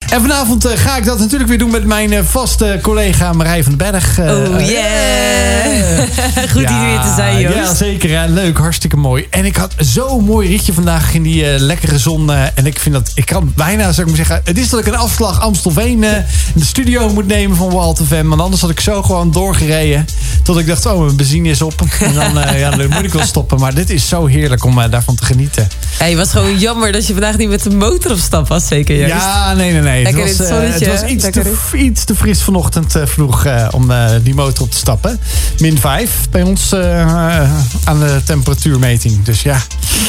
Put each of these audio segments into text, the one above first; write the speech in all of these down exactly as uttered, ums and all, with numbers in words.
En vanavond uh, ga ik dat natuurlijk weer doen met mijn uh, vaste collega Marije van den Berg. Uh, oh yeah! Goed ja, hier weer te zijn, Joost. Ja, zeker. Hè? Leuk, hartstikke mooi. En ik had zo'n mooi ritje vandaag in die uh, lekkere zon. Uh, en ik vind dat, ik kan bijna, zou ik maar zeggen, het is dat ik een afslag Amstelveen uh, in de studio moet nemen van Wild F M. Want anders had ik zo gewoon doorgereden. Tot ik dacht, oh, mijn benzine is op. En dan, uh, ja, dan moet ik wel stoppen. Maar dit is zo heerlijk om uh, daarvan te genieten. Ja, het was gewoon jammer dat je vandaag niet met de motor op stap was, zeker, Joost? Ja, nee, nee, nee. Het was, uh, het was iets, te, iets te fris vanochtend uh, vroeg uh, om uh, die motor op te stappen. Min vijf bij ons uh, uh, aan de temperatuurmeting. Dus ja.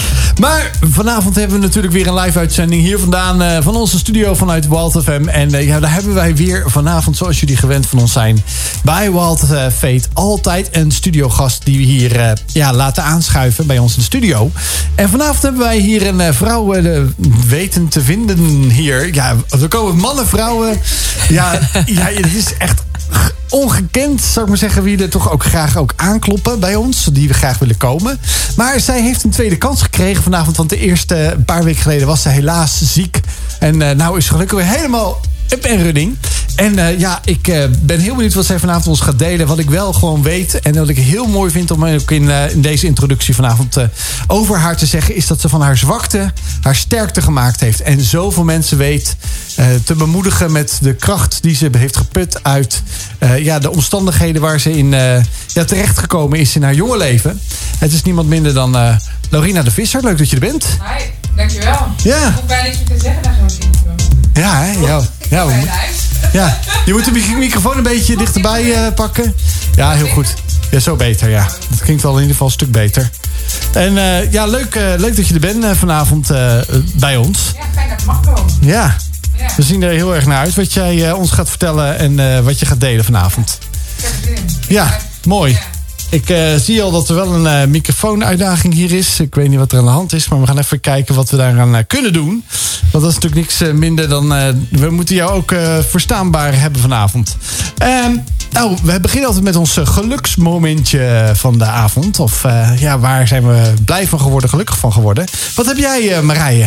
Maar vanavond hebben we natuurlijk weer een live uitzending hier vandaan uh, van onze studio vanuit Wild F M. En uh, ja, daar hebben wij weer vanavond, zoals jullie gewend van ons zijn, bij Wild uh, Fate altijd een studiogast die we hier uh, ja, laten aanschuiven bij ons in de studio. En vanavond hebben wij hier een uh, vrouw uh, weten te vinden hier. Ja, er komen mannen, vrouwen. Ja, ja, het is echt ongekend, zou ik maar zeggen, wie er toch ook graag ook aankloppen bij ons, die we graag willen komen. Maar zij heeft een tweede kans gekregen vanavond, want de eerste paar weken geleden was ze helaas ziek. En uh, nou is ze gelukkig weer helemaal up en running. En uh, ja, ik uh, ben heel benieuwd wat zij vanavond ons gaat delen. Wat ik wel gewoon weet en wat ik heel mooi vind om ook in, uh, in deze introductie vanavond uh, over haar te zeggen, is dat ze van haar zwakte haar sterkte gemaakt heeft. En zoveel mensen weet uh, te bemoedigen met de kracht die ze heeft geput uit uh, ja, de omstandigheden waar ze in uh, ja, terechtgekomen is in haar jonge leven. Het is niemand minder dan uh, Laurina de Visser. Leuk dat je er bent. Hi, dankjewel. Ja. Ik hoef bijna niks meer te zeggen naar zo'n intro. Ja, hè? Ja, ja, we, ja, je moet de microfoon een beetje dichterbij uh, pakken. Ja, heel goed. Ja, zo beter, ja. Dat klinkt wel in ieder geval een stuk beter. En uh, ja, leuk, uh, leuk dat je er bent uh, vanavond uh, bij ons. Ja, fijn dat ik mag komen. Ja, ja. We zien er heel erg naar uit wat jij uh, ons gaat vertellen en uh, wat je gaat delen vanavond. Ik heb er zin in. Ja, mooi. Ja. Ik uh, zie al dat er wel een uh, microfoonuitdaging hier is. Ik weet niet wat er aan de hand is, maar we gaan even kijken wat we daaraan uh, kunnen doen. Want dat is natuurlijk niks uh, minder dan... Uh, we moeten jou ook uh, verstaanbaar hebben vanavond. Um, nou, we beginnen altijd met ons uh, geluksmomentje van de avond. Of uh, ja, waar zijn we blij van geworden, gelukkig van geworden. Wat heb jij, uh, Marije?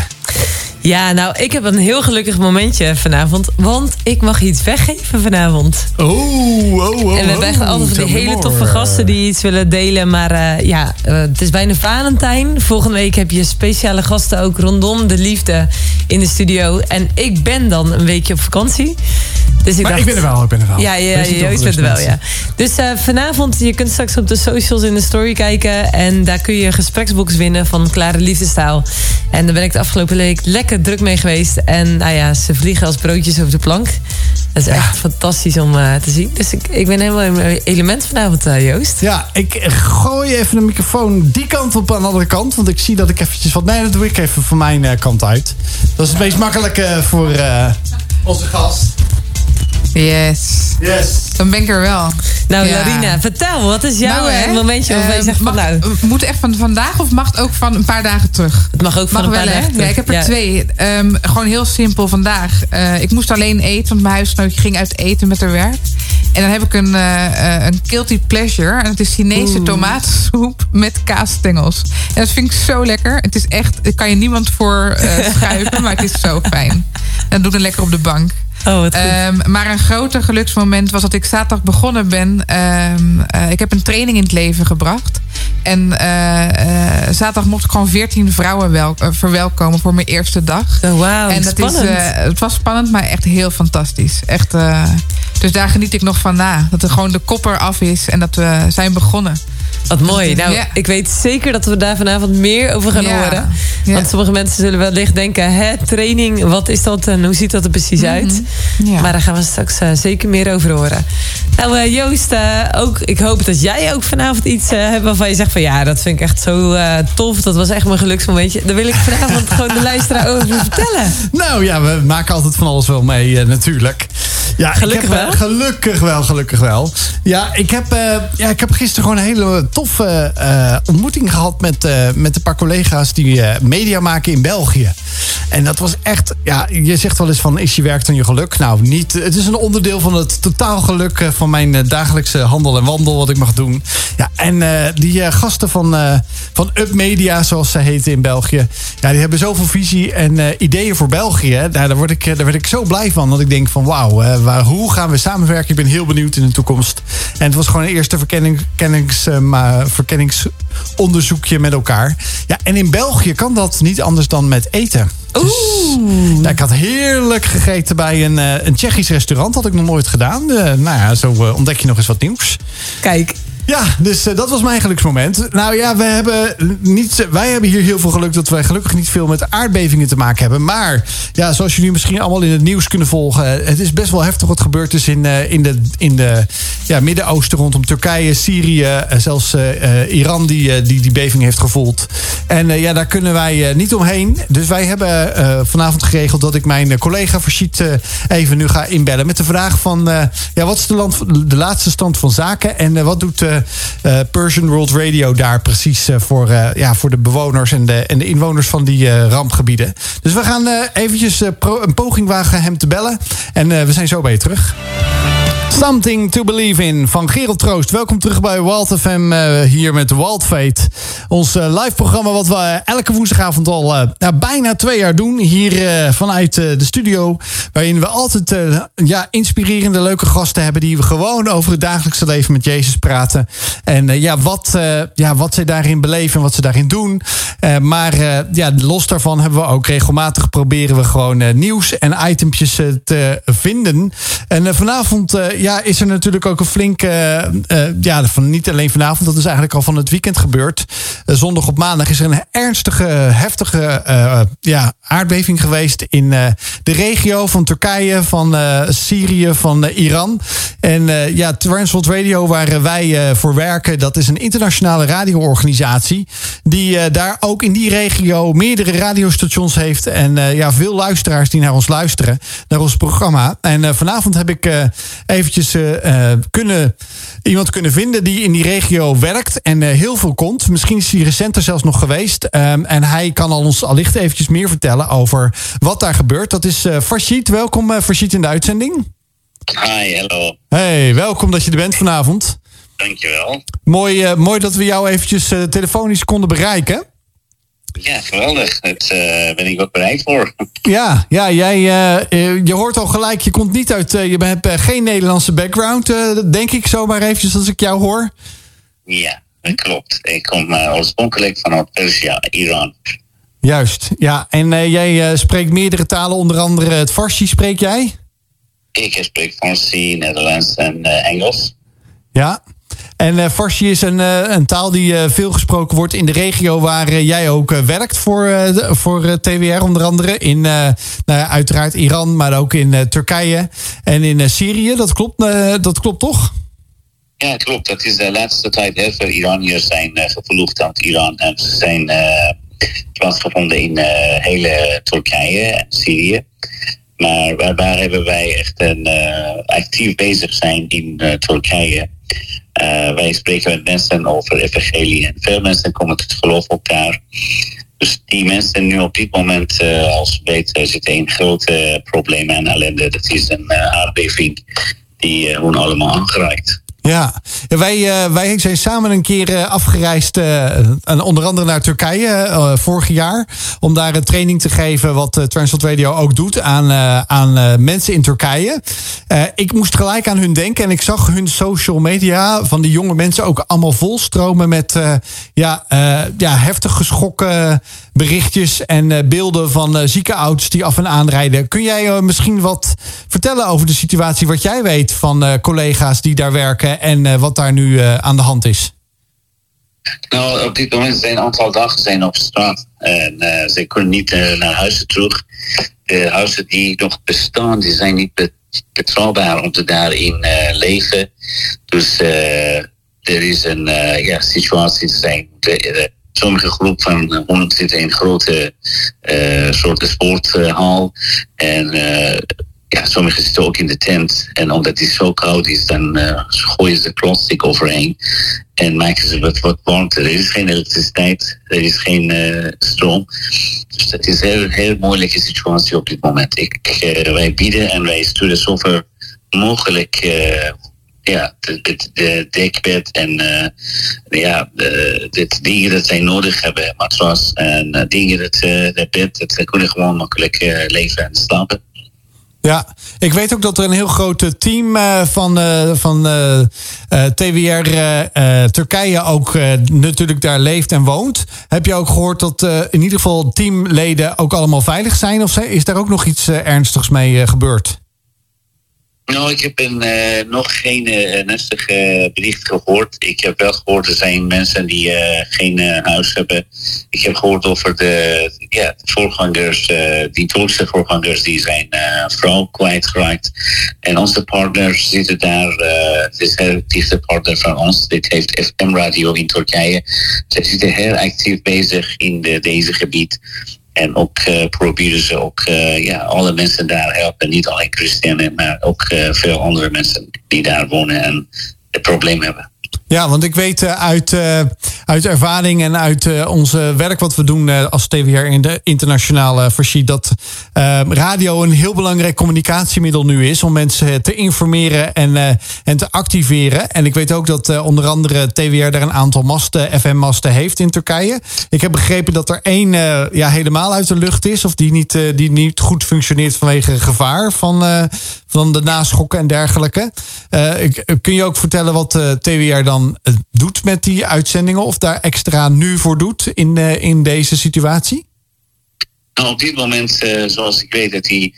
Ja, nou, ik heb een heel gelukkig momentje vanavond. Want ik mag iets weggeven vanavond. Oh, oh, oh. En we hebben echt altijd van die hele toffe gasten die iets willen delen. Maar uh, ja, uh, het is bijna Valentijn. Volgende week heb je speciale gasten ook rondom de liefde in de studio. En ik ben dan een weekje op vakantie. Dus ik maar dacht, ik ben er wel, ik ben er wel. Ja, ja, ja Joost bent er wel, ja. Dus uh, vanavond, je kunt straks op de socials in de story kijken. En daar kun je een gespreksbox winnen van Klare Liefdestaal. En daar ben ik de afgelopen week lekker druk mee geweest. En nou ja, ze vliegen als broodjes over de plank. Dat is echt ja. fantastisch om uh, te zien. Dus ik, ik ben helemaal in mijn element vanavond, uh, Joost. Ja, ik gooi even de microfoon die kant op aan de andere kant. Want ik zie dat ik eventjes wat... Nee, dat doe ik even van mijn uh, kant uit. Dat is het meest makkelijke uh, voor uh, onze gast. Yes. Yes. Dan ben ik er wel. Nou, ja. Larina, vertel. Wat is jouw nou, momentje waarvan uh, je zegt van nou... Moet het echt van vandaag of mag het ook van een paar dagen terug? Het mag ook van mag een paar wel, dagen terug. Ja, ik heb er ja. twee. Um, gewoon heel simpel vandaag. Uh, ik moest alleen eten, want mijn huisgenootje ging uit eten met haar werk. En dan heb ik een, uh, een guilty pleasure. En het is Chinese Oeh. tomatensoep met kaasstengels. En dat vind ik zo lekker. Het is echt, daar kan je niemand voor uh, schuiven, maar het is zo fijn. En dat doe ik dan lekker op de bank. Oh, wat goed. Um, maar een groter geluksmoment was dat ik zaterdag begonnen ben. Um, uh, ik heb een training in het leven gebracht. En uh, uh, zaterdag mocht ik gewoon veertien vrouwen wel, uh, verwelkomen voor mijn eerste dag. Oh, wauw, en dat spannend. Is, uh, het was spannend, maar echt heel fantastisch. Echt, uh, dus daar geniet ik nog van na. Dat er gewoon de kop eraf is en dat we zijn begonnen. Wat mooi. Nou, ja. ik weet zeker dat we daar vanavond meer over gaan ja. horen. Ja. Want sommige mensen zullen wellicht denken... hè, training, wat is dat en hoe ziet dat er precies mm-hmm. uit? Ja. Maar daar gaan we straks uh, zeker meer over horen. Nou, uh, Joost, uh, ook, ik hoop dat jij ook vanavond iets uh, hebt... waarvan je zegt van ja, dat vind ik echt zo uh, tof. Dat was echt mijn geluksmomentje. Daar wil ik vanavond gewoon de luisteraar over vertellen. Nou ja, we maken altijd van alles wel mee uh, natuurlijk. Ja, gelukkig ik heb, wel. Gelukkig wel, gelukkig wel. Ja, ik heb, uh, ja, ik heb gisteren gewoon een hele toffe uh, ontmoeting gehad met, uh, met een paar collega's die uh, media maken in België. En dat was echt, ja, je zegt wel eens van, is je werk dan je geluk? Nou, niet. Het is een onderdeel van het totaal geluk uh, van mijn uh, dagelijkse handel en wandel wat ik mag doen. Ja, en uh, die uh, gasten van, uh, van Up Media, zoals ze heten in België, ja, die hebben zoveel visie en uh, ideeën voor België. Hè. Nou, daar, word ik, daar werd ik zo blij van, dat ik denk van, wauw, uh, hoe gaan we samenwerken? Ik ben heel benieuwd in de toekomst. En het was gewoon een eerste verkenning, verkennings, uh, verkenningsonderzoekje met elkaar. Ja, en in België kan dat niet anders dan met eten. Dus, ja, ik had heerlijk gegeten bij een, uh, een Tsjechisch restaurant. Had ik nog nooit gedaan. Uh, nou ja, zo uh, ontdek je nog eens wat nieuws. Kijk. Ja, dus uh, dat was mijn geluksmoment. Nou ja, we hebben niet, wij hebben hier heel veel geluk dat wij gelukkig niet veel met aardbevingen te maken hebben. Maar ja, zoals jullie misschien allemaal in het nieuws kunnen volgen, het is best wel heftig wat gebeurd is in, uh, in de, in de ja, Midden-Oosten rondom Turkije, Syrië, uh, zelfs uh, Iran die, uh, die die beving heeft gevoeld. En uh, ja, daar kunnen wij uh, niet omheen. Dus wij hebben uh, vanavond geregeld dat ik mijn collega Farshid uh, even nu ga inbellen met de vraag van uh, ja, wat is de, land, de laatste stand van zaken en uh, wat doet uh, Uh, Persian World Radio daar precies uh, voor, uh, ja, voor de bewoners en de, en de inwoners van die uh, rampgebieden. Dus we gaan uh, eventjes uh, pro- een poging wagen hem te bellen. En uh, we zijn zo bij je terug. Something to Believe in van Gerald Troost. Welkom terug bij Wild F M uh, hier met Wild Fate. Ons uh, live programma wat we uh, elke woensdagavond al uh, nou, bijna twee jaar doen. Hier uh, vanuit uh, de studio. Waarin we altijd uh, ja, inspirerende leuke gasten hebben. Die we gewoon over het dagelijkse leven met Jezus praten. En uh, ja, wat, uh, ja, wat ze daarin beleven en wat ze daarin doen. Uh, maar uh, ja, los daarvan hebben we ook regelmatig proberen we gewoon uh, nieuws en itempjes uh, te vinden. En uh, vanavond uh, ja, is er natuurlijk ook een flinke... Uh, ja, van, niet alleen vanavond, dat is eigenlijk al van het weekend gebeurd. Uh, zondag op maandag is er een ernstige, heftige uh, ja, aardbeving geweest in uh, de regio van Turkije, van uh, Syrië, van uh, Iran. En uh, ja, Transworld Radio, waar wij uh, voor werken, dat is een internationale radioorganisatie die uh, daar ook in die regio meerdere radiostations heeft en uh, ja, veel luisteraars die naar ons luisteren, naar ons programma. En uh, vanavond heb ik uh, eventjes uh, uh, kunnen, iemand kunnen vinden die in die regio werkt en uh, heel veel komt. Misschien is hij recenter zelfs nog geweest. Um, en hij kan al ons allicht eventjes meer vertellen over wat daar gebeurt. Dat is uh, Farshid. Welkom uh, Farshid in de uitzending. Hi, hallo. Hey, welkom dat je er bent vanavond. Dankjewel. Mooi, uh, mooi dat we jou eventjes uh, telefonisch konden bereiken. Ja, geweldig. Daar uh, ben ik ook bereid voor. Ja, ja jij, uh, je hoort al gelijk, je komt niet uit, uh, je hebt uh, geen Nederlandse background, uh, denk ik zomaar eventjes als ik jou hoor. Ja, dat klopt. Ik kom uh, oorspronkelijk vanuit Perzië, Iran. Juist, ja. En uh, jij uh, spreekt meerdere talen, onder andere het Farsi spreek jij? Ik spreek Farsi, Nederlands en uh, Engels. Ja. En uh, Farsi is een, uh, een taal die uh, veel gesproken wordt in de regio waar uh, jij ook uh, werkt voor, uh, de, voor uh, T W R onder andere. In uh, nou ja, uiteraard Iran, maar ook in uh, Turkije en in uh, Syrië. Dat klopt, uh, dat klopt toch? Ja, klopt. Dat is de laatste tijd heel veel Iraniërs zijn uh, gevlucht uit Iran. En ze zijn uh, plaatsgevonden in uh, hele Turkije en Syrië. Maar waar, waar hebben wij echt een uh, actief bezig zijn in uh, Turkije. Uh, wij spreken met mensen over evangelie en veel mensen komen tot geloof op daar. Dus die mensen nu op dit moment, uh, als we weten, zitten in grote problemen en ellende. Dat is een uh, aardbeving die uh, hun allemaal aangeraakt. Ja, wij, uh, wij zijn samen een keer uh, afgereisd, uh, onder andere naar Turkije uh, vorig jaar, om daar een training te geven wat uh, Transworld Radio ook doet aan, uh, aan uh, mensen in Turkije. Uh, ik moest gelijk aan hun denken en ik zag hun social media van die jonge mensen ook allemaal volstromen met uh, ja, uh, ja, heftig geschrokken berichtjes en uh, beelden van uh, zieke ouders die af en aanrijden. Kun jij uh, misschien wat vertellen over de situatie, wat jij weet van uh, collega's die daar werken en uh, wat daar nu uh, aan de hand is? Nou, op dit moment zijn een aantal dagen zijn op straat en uh, ze kunnen niet uh, naar huizen terug. De huizen die nog bestaan, die zijn niet betrouwbaar om te daarin uh, leven. Dus uh, er is een uh, ja, situatie te zijn. De, de, sommige groep van honderd zitten in een grote uh, soort sporthal. En uh, ja, sommigen zitten ook in de tent. En omdat het zo koud is, dan uh, gooien ze plastic overheen. En maken ze wat, wat warmte. Er is geen elektriciteit, er is geen uh, stroom. Dus dat is een heel, heel moeilijke situatie op dit moment. Ik, uh, wij bieden en wij sturen zoveel mogelijk uh, ja, de, de, de dekbed en uh, ja, de, de dingen dat zij nodig hebben. Matras en uh, dingen dat uh, de bed, dat zij kunnen gewoon makkelijk uh, leven en slapen. Ja, ik weet ook dat er een heel groot team uh, van, uh, van uh, uh, T W R uh, uh, Turkije ook uh, natuurlijk daar leeft en woont. Heb je ook gehoord dat uh, in ieder geval teamleden ook allemaal veilig zijn? Of is daar ook nog iets uh, ernstigs mee uh, gebeurd? Nou, ik heb een, uh, nog geen uh, ernstig uh, bericht gehoord. Ik heb wel gehoord, er zijn mensen die uh, geen uh, huis hebben. Ik heb gehoord over de, ja, de voorgangers, uh, die Turkse voorgangers, die zijn uh, vrouw kwijtgeraakt. En onze partners zitten daar, uh, het is een heel dichte partner van ons. Dit heeft F M-radio in Turkije. Ze zitten heel actief bezig in de, deze gebied. En ook uh, proberen ze ook uh, ja, alle mensen daar helpen. Niet alleen christenen, maar ook uh, veel andere mensen die daar wonen en het probleem hebben. Ja, want ik weet uh, uit, uh, uit ervaring en uit uh, onze werk wat we doen uh, als T W R in de internationale versie, dat uh, radio een heel belangrijk communicatiemiddel nu is om mensen te informeren en, uh, en te activeren. En ik weet ook dat uh, onder andere T W R daar een aantal masten, F M-masten heeft in Turkije. Ik heb begrepen dat er één uh, ja, helemaal uit de lucht is, of die niet, uh, die niet goed functioneert vanwege gevaar van, uh, van de naschokken en dergelijke. Uh, ik, kun je ook vertellen wat uh, T W R dan doet met die uitzendingen, of daar extra nu voor doet in, uh, in deze situatie? Nou, op dit moment, uh, zoals ik weet, dat die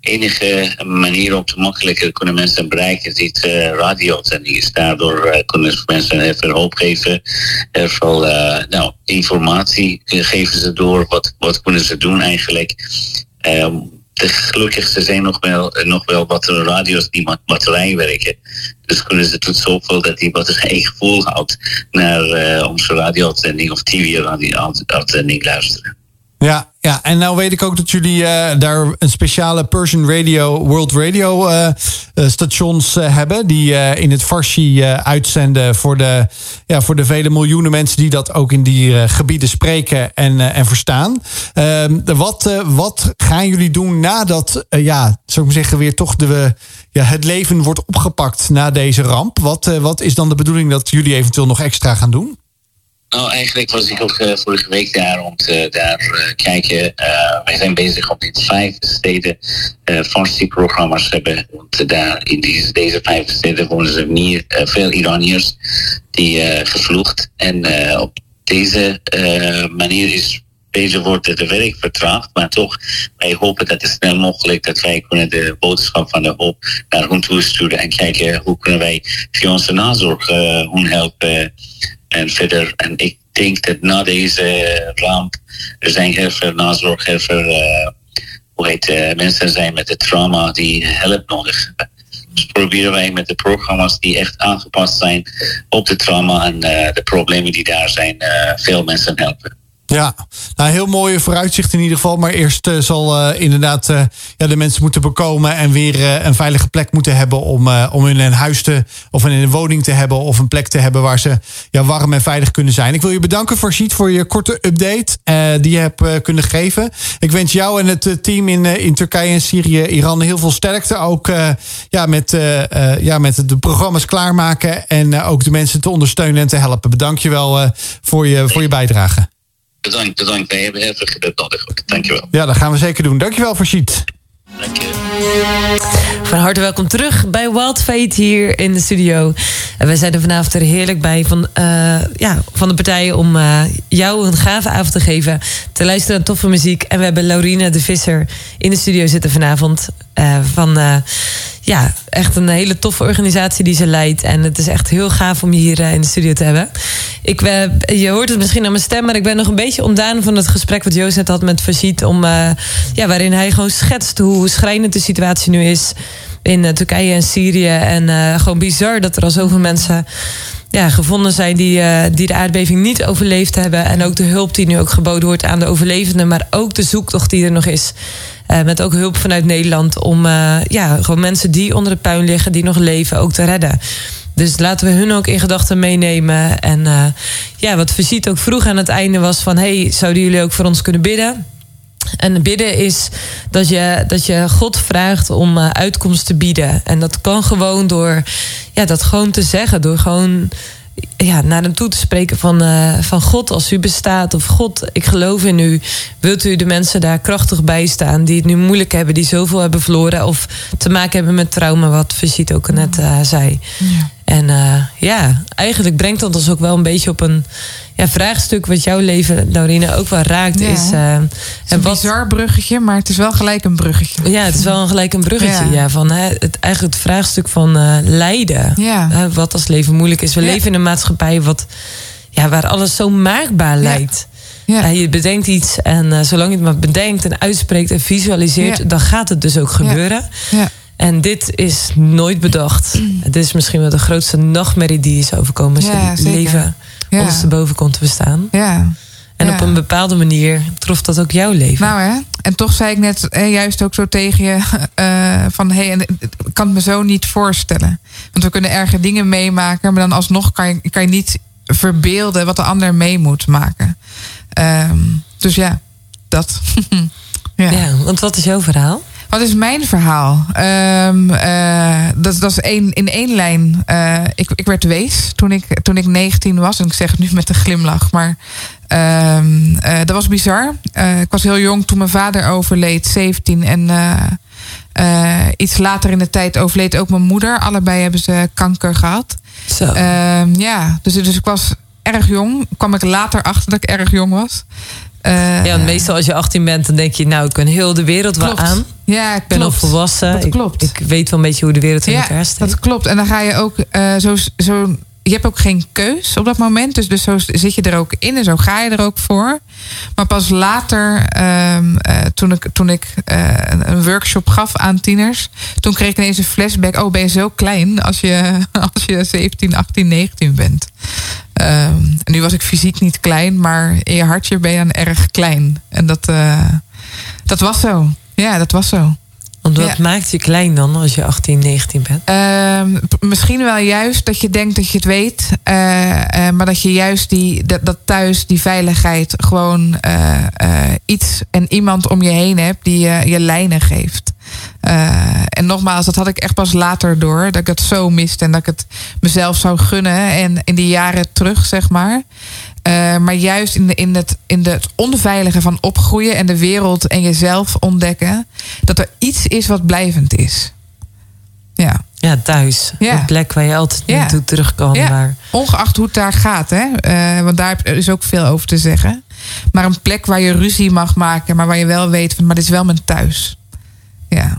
enige manier om te makkelijker kunnen mensen bereiken, dit uh, radio-zending is. Daardoor uh, kunnen mensen heel veel hoop geven, heel veel uh, nou, informatie geven ze door. Wat, wat kunnen ze doen eigenlijk? Um, De gelukkigste zijn nog wel, nog wel batterij radio's die met batterij werken. Dus kunnen ze tot zoveel dat die batterij gevoel houdt naar uh, onze radio-uitzending of T V-radio-uitzending luisteren. Ja, ja, en nou weet ik ook dat jullie uh, daar een speciale Persian Radio, World Radio uh, uh, stations uh, hebben. Die uh, in het Farsi uh, uitzenden voor de, ja, voor de vele miljoenen mensen die dat ook in die uh, gebieden spreken en, uh, en verstaan. Uh, wat, uh, wat gaan jullie doen nadat, uh, ja, zou ik maar zeggen, weer toch de, ja, het leven wordt opgepakt na deze ramp? Wat, uh, wat is dan de bedoeling dat jullie eventueel nog extra gaan doen? Nou, eigenlijk was ik ook uh, vorige week daar om te daar, uh, kijken. Uh, wij zijn bezig om in vijf steden uh, Farsi-programma's te hebben. Want uh, daar in deze, deze vijf steden wonen ze meer, uh, veel Iraniërs die uh, gevlucht. En uh, op deze uh, manier is deze wordt het werk vertraagd, maar toch, wij hopen dat het snel mogelijk dat wij kunnen de boodschap van de hoop naar hun toe sturen en kijken hoe kunnen wij via onze nazorg uh, hun helpen. En verder, en ik denk dat na deze ramp, er zijn heel veel nazorg, heel veel uh, hoe heet, uh, mensen zijn met het trauma die hulp nodig hebben. Dus proberen wij met de programma's die echt aangepast zijn op de trauma en uh, de problemen die daar zijn, uh, veel mensen helpen. Ja, nou, heel mooie vooruitzicht in ieder geval. Maar eerst uh, zal uh, inderdaad uh, ja, de mensen moeten bekomen en weer uh, een veilige plek moeten hebben om, uh, om in een huis te, of in een woning te hebben of een plek te hebben waar ze ja, warm en veilig kunnen zijn. Ik wil je bedanken, Farshid, voor je korte update uh, die je hebt uh, kunnen geven. Ik wens jou en het uh, team in, uh, in Turkije en Syrië, Iran heel veel sterkte. Ook uh, ja, met, uh, uh, ja, met de programma's klaarmaken en uh, ook de mensen te ondersteunen en te helpen. Bedank je wel uh, voor, je, voor je bijdrage. Bedankt, bedankt. Wij hebben heel veel geduld nodig. Dankjewel. Ja, dat gaan we zeker doen. Dankjewel, Farshid. Dank je. Van harte welkom terug bij Wild Fate hier in de studio. En wij zijn er vanavond er heerlijk bij van, uh, ja, van de partijen om uh, jou een gave avond te geven. Te luisteren naar toffe muziek. En we hebben Laurina de Visser in de studio zitten vanavond. Uh, van uh, ja, echt een hele toffe organisatie die ze leidt. En het is echt heel gaaf om je hier uh, in de studio te hebben. Ik, uh, je hoort het misschien aan mijn stem, maar ik ben nog een beetje ontdaan van het gesprek wat Joost net had met Farshid. Om, uh, ja, waarin hij gewoon schetst hoe schrijnend de situatie nu is in uh, Turkije en Syrië. En uh, gewoon bizar dat er al zoveel mensen ja, gevonden zijn die, uh, die de aardbeving niet overleefd hebben. En ook de hulp die nu ook geboden wordt aan de overlevenden. Maar ook de zoektocht die er nog is. Uh, met ook hulp vanuit Nederland om uh, ja, gewoon mensen die onder de puin liggen, die nog leven, ook te redden. Dus laten we hun ook in gedachten meenemen. En uh, ja, wat Visiet ook vroeg aan het einde was van, hey, zouden jullie ook voor ons kunnen bidden? En bidden is dat je, dat je God vraagt om uh, uitkomst te bieden. En dat kan gewoon door ja, dat gewoon te zeggen. Door gewoon ja, naar hem toe te spreken van, uh, van God, als u bestaat. Of God, ik geloof in u. Wilt u de mensen daar krachtig bij staan die het nu moeilijk hebben, die zoveel hebben verloren of te maken hebben met trauma, wat Visiet ook net uh, zei. Ja. En uh, ja, eigenlijk brengt dat ons ook wel een beetje op een ja, vraagstuk wat jouw leven, Laurine, ook wel raakt. Ja. Is, uh, het is een wat, bizar bruggetje, maar het is wel gelijk een bruggetje. Ja, het is wel een gelijk een bruggetje. Ja. Ja, van, hè, het, eigenlijk het vraagstuk van uh, lijden. Ja. Hè, wat als leven moeilijk is. We ja. leven in een maatschappij wat, ja, waar alles zo maakbaar lijkt. Ja. Uh, je bedenkt iets en uh, zolang je het maar bedenkt en uitspreekt en visualiseert, ja. dan gaat het dus ook gebeuren. Ja. Ja. En dit is nooit bedacht. Mm. Dit is misschien wel de grootste nachtmerrie die is overkomen als ja, je leven ja. ondersteboven komt te bestaan. Ja. En ja. op een bepaalde manier trof dat ook jouw leven. Nou hè, en toch zei ik net eh, juist ook zo tegen je uh, van hé, hey, ik kan het me zo niet voorstellen. Want we kunnen erge dingen meemaken, maar dan alsnog kan je, kan je niet verbeelden wat de ander mee moet maken. Um, dus ja, dat. ja. ja, want wat is jouw verhaal? Wat is mijn verhaal? Um, uh, dat, dat is één, in één lijn. Uh, ik, ik werd wees toen ik, toen ik negentien was. En ik zeg het nu met een glimlach. Maar um, uh, dat was bizar. Uh, ik was heel jong toen mijn vader overleed, zeventien. En uh, uh, iets later in de tijd overleed ook mijn moeder. Allebei hebben ze kanker gehad. Zo. Uh, ja, dus, dus ik was erg jong. Kwam ik later achter dat ik erg jong was. Uh, ja, want meestal als je achttien bent, dan denk je, nou, ik kan heel de wereld wel aan. Ja, ik ben al volwassen. Dat klopt. Ik, ik weet wel een beetje hoe de wereld in ja, elkaar steekt. Dat klopt. En dan ga je ook uh, zo, zo. Je hebt ook geen keus op dat moment. Dus, dus zo zit je er ook in en zo ga je er ook voor. Maar pas later, uh, uh, toen ik, toen ik uh, een workshop gaf aan tieners, toen kreeg ik ineens een flashback. Oh, ben je zo klein als je, als je zeventien, achttien, negentien bent. Um, en nu was ik fysiek niet klein, maar in je hartje ben je dan erg klein. En dat, uh, dat was zo. Ja, dat was zo. Want wat ja. maakt je klein dan als je achttien, negentien bent? Uh, misschien wel juist dat je denkt dat je het weet. Uh, uh, maar dat je juist die, dat, dat thuis, die veiligheid, gewoon uh, uh, iets en iemand om je heen hebt die uh, je lijnen geeft. Uh, en nogmaals, dat had ik echt pas later door. Dat ik het zo miste en dat ik het mezelf zou gunnen. En in die jaren terug, zeg maar. Uh, maar juist in, de, in, het, in het onveilige van opgroeien en de wereld en jezelf ontdekken, dat er iets is wat blijvend is. Ja, ja thuis. Ja. Een plek waar je altijd ja. naartoe terug kan. Ja. Maar... ongeacht hoe het daar gaat. Hè? Uh, want daar is ook veel over te zeggen. Maar een plek waar je ruzie mag maken, maar waar je wel weet van, maar dit is wel mijn thuis. Ja.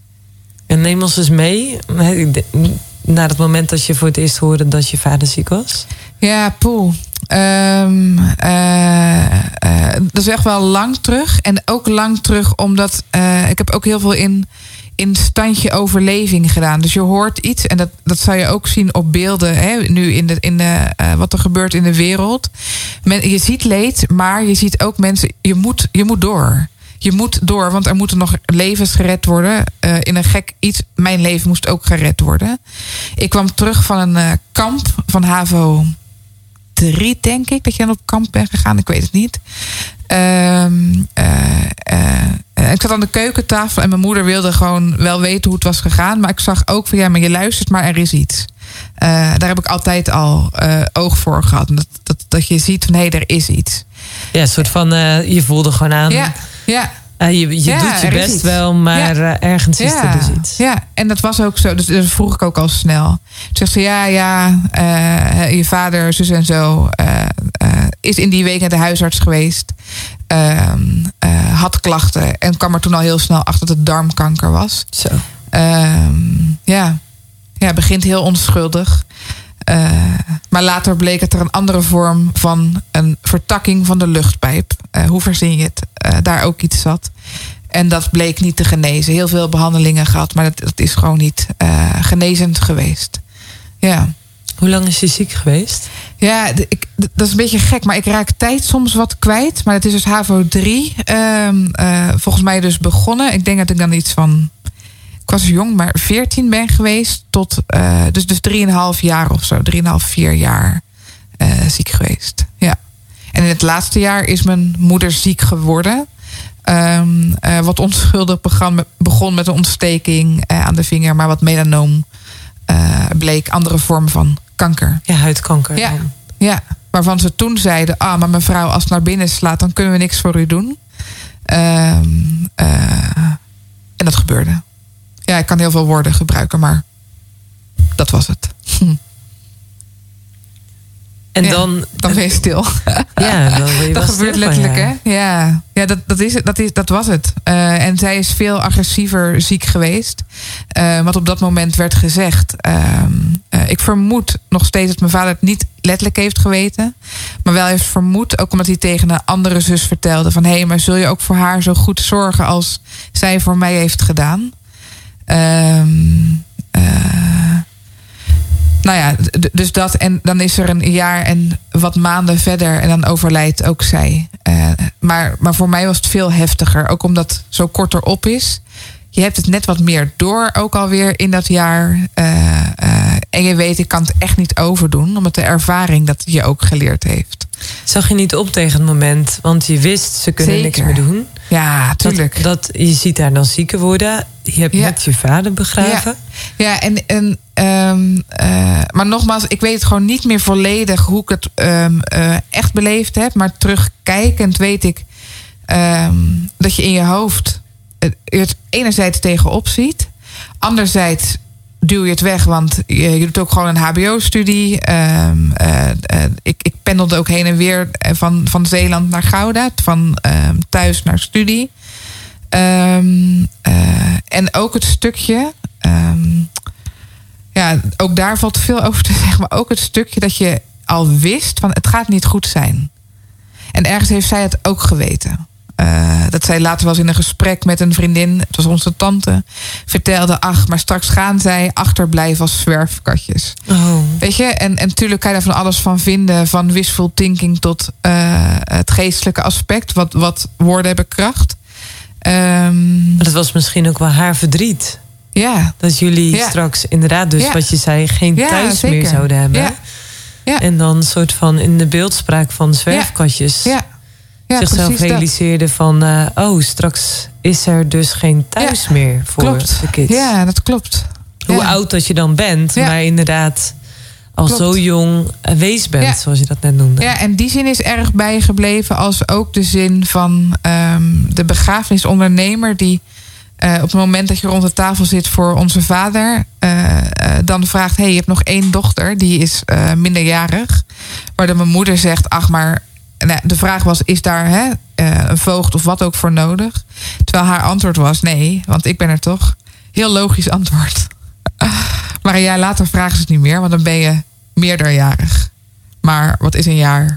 En neem ons eens mee naar het moment dat je voor het eerst hoorde dat je vader ziek was. Ja, poeh. Um, uh, uh, dat is echt wel lang terug. En ook lang terug omdat uh, ik heb ook heel veel in, in standje overleving gedaan. Dus je hoort iets en dat, dat zou je ook zien op beelden. Hè, nu in, de, in de, uh, wat er gebeurt in de wereld. Men, je ziet leed, maar je ziet ook mensen. Je moet, je moet door. Je moet door, want er moeten nog levens gered worden. Uh, in een gek iets. Mijn leven moest ook gered worden. Ik kwam terug van een uh, kamp van HAVO drie, denk ik. Dat je dan op kamp bent gegaan. Ik weet het niet. Uh, uh, uh, ik zat aan de keukentafel en mijn moeder wilde gewoon wel weten hoe het was gegaan. Maar ik zag ook van ja, maar je luistert, maar er is iets. Uh, daar heb ik altijd al uh, oog voor gehad. Dat, dat, dat je ziet van hé, hey, er is iets. Ja, een soort van, uh, je voelde gewoon aan. Ja, ja. Uh, je je ja, doet je best wel, maar ja. uh, ergens is ja. er dus iets. Ja, en dat was ook zo. Dus dat vroeg ik ook al snel. Toen zegt ze, ja, ja, uh, je vader, zus en zo, uh, uh, is in die week naar de huisarts geweest. Uh, uh, had klachten en kwam er toen al heel snel achter dat het darmkanker was. Zo. Uh, ja. ja, begint heel onschuldig. Uh, maar later bleek het er een andere vorm van een vertakking van de luchtpijp. Uh, hoe verzin je het? Uh, daar ook iets zat. En dat bleek niet te genezen. Heel veel behandelingen gehad, maar dat, dat is gewoon niet uh, genezend geweest. Ja. Hoe lang is je ziek geweest? Ja, ik, dat is een beetje gek, maar ik raak tijd soms wat kwijt. Maar het is dus H V O drie. Um, uh, volgens mij dus begonnen. Ik denk dat ik dan iets van... Ik was jong, maar veertien ben geweest. Tot, uh, dus, dus drieënhalf jaar of zo. Drieënhalf, vier jaar uh, ziek geweest. Ja. En in het laatste jaar is mijn moeder ziek geworden. Um, uh, wat onschuldig begon, begon met een ontsteking uh, aan de vinger. Maar wat melanoom uh, bleek. Andere vormen van kanker. Ja, huidkanker. Ja, ja, waarvan ze toen zeiden... ah, maar mevrouw, als het naar binnen slaat... dan kunnen we niks voor u doen. Um, uh, en dat gebeurde. Ja, ik kan heel veel woorden gebruiken, maar... dat was het. Hm. En ja, dan... Dan ben je stil. Ja, dan ben je dat gebeurt letterlijk, hè? Ja, ja dat, dat, is het, dat, is, dat was het. Uh, en zij is veel agressiever ziek geweest. Uh, wat op dat moment werd gezegd. Uh, uh, ik vermoed nog steeds dat mijn vader het niet letterlijk heeft geweten. Maar wel heeft vermoed, ook omdat hij tegen een andere zus vertelde... van hé, hey, maar zul je ook voor haar zo goed zorgen... als zij voor mij heeft gedaan? Uh, uh, Nou ja, dus dat. En dan is er een jaar en wat maanden verder... en dan overlijdt ook zij. Uh, maar, maar voor mij was het veel heftiger. Ook omdat het zo korter op is. Je hebt het net wat meer door, ook alweer in dat jaar. Uh, uh, en je weet, ik kan het echt niet overdoen... omdat de ervaring dat je ook geleerd heeft. Zag je niet op tegen het moment? Want je wist, ze kunnen Zeker. niks meer doen. Ja, tuurlijk. Dat, dat, je ziet haar dan zieker worden. Je hebt ja. net je vader begraven. Ja, ja en... en um, uh, maar nogmaals, ik weet het gewoon niet meer volledig... hoe ik het um, uh, echt beleefd heb. Maar terugkijkend weet ik... Um, dat je in je hoofd... het enerzijds tegenop ziet. Anderzijds duw je het weg, want je, je doet ook gewoon een H B O-studie. Um, uh, uh, ik, ik pendelde ook heen en weer van, van Zeeland naar Gouda. Van um, thuis naar studie. Um, uh, en ook het stukje... Um, ja, ook daar valt veel over te zeggen. Maar ook het stukje dat je al wist van het gaat niet goed zijn. En ergens heeft zij het ook geweten. Uh, dat zij later was in een gesprek met een vriendin, het was onze tante, vertelde, ach, maar straks gaan zij achterblijven als zwerfkatjes. Oh. Weet je, en, en natuurlijk kan je daar van alles van vinden, van wishful thinking tot uh, het geestelijke aspect, wat, wat woorden hebben kracht. Um, maar dat was misschien ook wel haar verdriet. Ja. Dat jullie ja. straks inderdaad, dus ja. wat je zei, geen ja, thuis zeker. meer zouden hebben. Ja. Ja. En dan een soort van in de beeldspraak van zwerfkatjes. Ja. Ja, zichzelf realiseerde dat. van... Uh, oh, straks is er dus geen thuis ja, meer voor klopt. de kids. Ja, dat klopt. Hoe ja. oud dat je dan bent, ja. maar inderdaad al klopt. zo jong wees bent, ja. zoals je dat net noemde. Ja, en die zin is erg bijgebleven als ook de zin van um, de begrafenisondernemer... die uh, op het moment dat je rond de tafel zit voor onze vader... Uh, uh, dan vraagt, hey, je hebt nog één dochter, die is uh, minderjarig. Waardoor mijn moeder zegt, ach, maar... Nou, de vraag was, is daar hè, een voogd of wat ook voor nodig? Terwijl haar antwoord was, nee, want ik ben er toch. Heel logisch antwoord. Maar een jaar later vragen ze het niet meer, want dan ben je meerderjarig. Maar wat is een jaar?